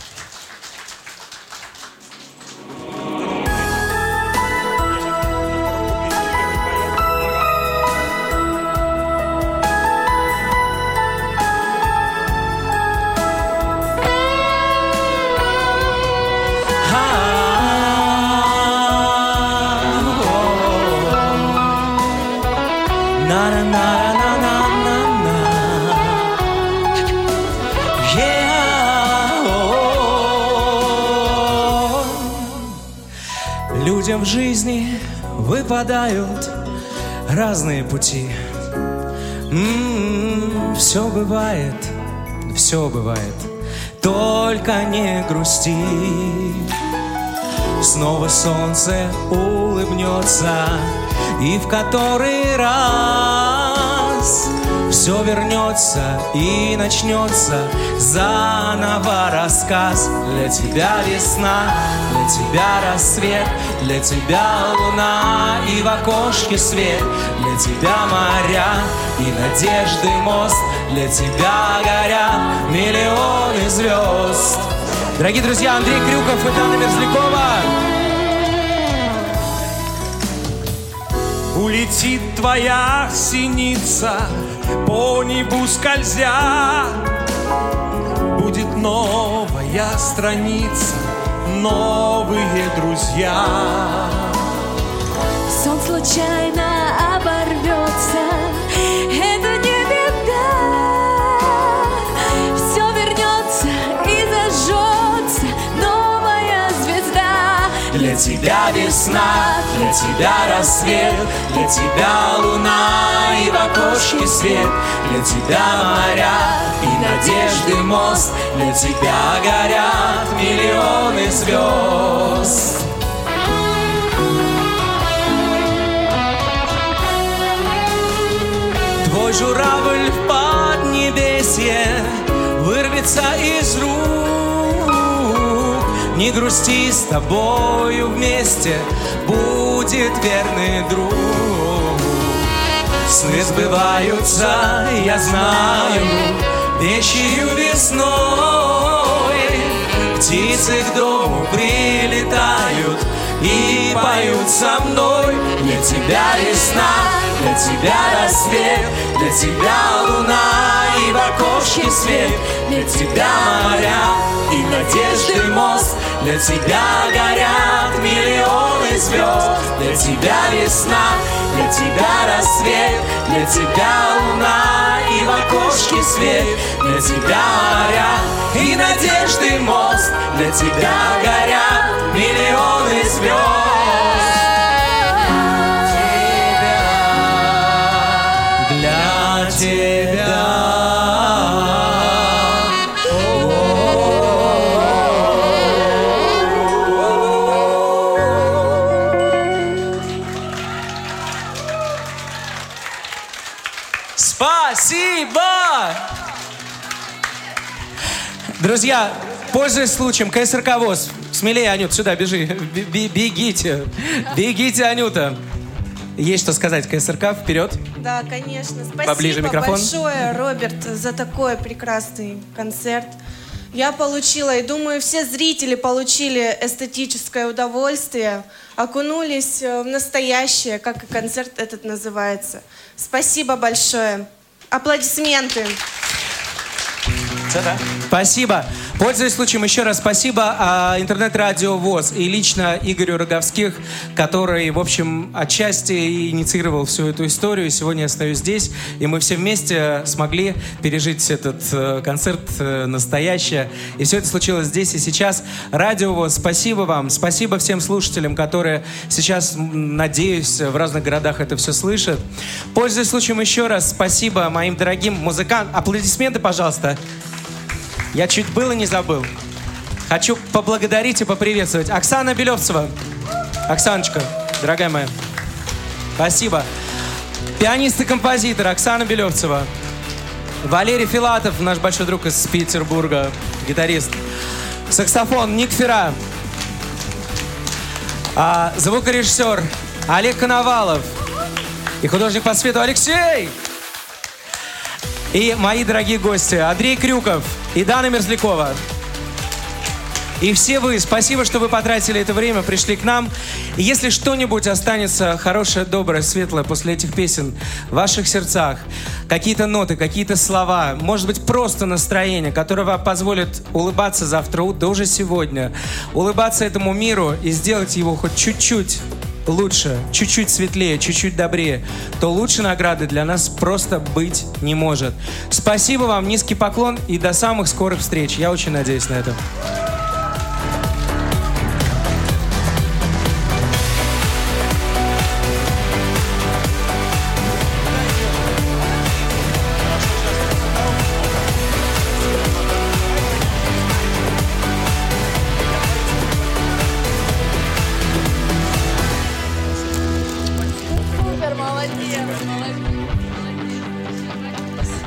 Людям в жизни выпадают разные пути. Все бывает, только не грусти. Снова солнце улыбнется, и в который раз нас все вернется и начнется заново рассказ. Для тебя весна, для тебя рассвет, для тебя луна и в окошке свет, для тебя моря и надежды мост, для тебя горят миллионы звезд. Дорогие друзья, Андрей Крюков и Дана Мерзлякова. Улетит твоя синица по небу скользя, будет новая страница, новые друзья. Сон случайно оборвется, это не беда. Все вернется и зажжется новая звезда. Для тебя весна, для тебя рассвет, для тебя луна и в окошке свет, для тебя моря и надежды мост, для тебя горят миллионы звезд. Твой журавль в поднебесье вырвется из рук. Не грусти, с тобою вместе будет верный друг. Сны сбываются, я знаю, вещью весной. Птицы к дому прилетают и поют со мной. Для тебя весна, для тебя рассвет, для тебя луна и в окошке свет, для тебя моря и надежды мост, для тебя горят миллионы звезд. Для тебя весна, для тебя рассвет, для тебя луна и в окошке свет, для тебя моря и надежды мост, для тебя горят миллионы звезд. Для тебя. Спасибо! Друзья, пользуясь случаем, КСРК ВОС. Смелее, Анют, сюда, бежи. Бегите. Бегите, Анюта. Есть что сказать, КСРК, вперед. Да, конечно. Спасибо Поближе микрофон. большое, Роберт, за такой прекрасный концерт. Я получила, и думаю, все зрители получили эстетическое удовольствие, окунулись в настоящее, как и концерт этот называется. Спасибо большое. Аплодисменты. Спасибо. Пользуясь случаем, еще раз спасибо интернет-радио ВОС и лично Игорю Роговских, который, в общем, отчасти инициировал всю эту историю. Сегодня я стою здесь, и мы все вместе смогли пережить этот концерт настоящее. И все это случилось здесь и сейчас. Радио ВОС, спасибо вам. Спасибо всем слушателям, которые сейчас, надеюсь, в разных городах это все слышат. Пользуясь случаем, еще раз спасибо моим дорогим музыкантам. Аплодисменты, пожалуйста. Я чуть было не забыл. Хочу поблагодарить и поприветствовать Оксана Белевцева. Оксаночка, дорогая моя, спасибо. Пианист и композитор Оксана Белевцева. Валерий Филатов, наш большой друг из Петербурга, гитарист. Саксофон Ник Фера. Звукорежиссер Олег Коновалов. И художник по свету Алексей. И мои дорогие гости Андрей Крюков и Дана Мерзлякова. И все вы, спасибо, что вы потратили это время, пришли к нам. И если что-нибудь останется хорошее, доброе, светлое после этих песен в ваших сердцах, какие-то ноты, какие-то слова, может быть, просто настроение, которое вам позволит улыбаться завтра, да уже сегодня, улыбаться этому миру и сделать его хоть чуть-чуть лучше, чуть-чуть светлее, чуть-чуть добрее, то лучше награды для нас просто быть не может. Спасибо вам, низкий поклон и до самых скорых встреч. Я очень надеюсь на это.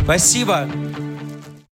Спасибо.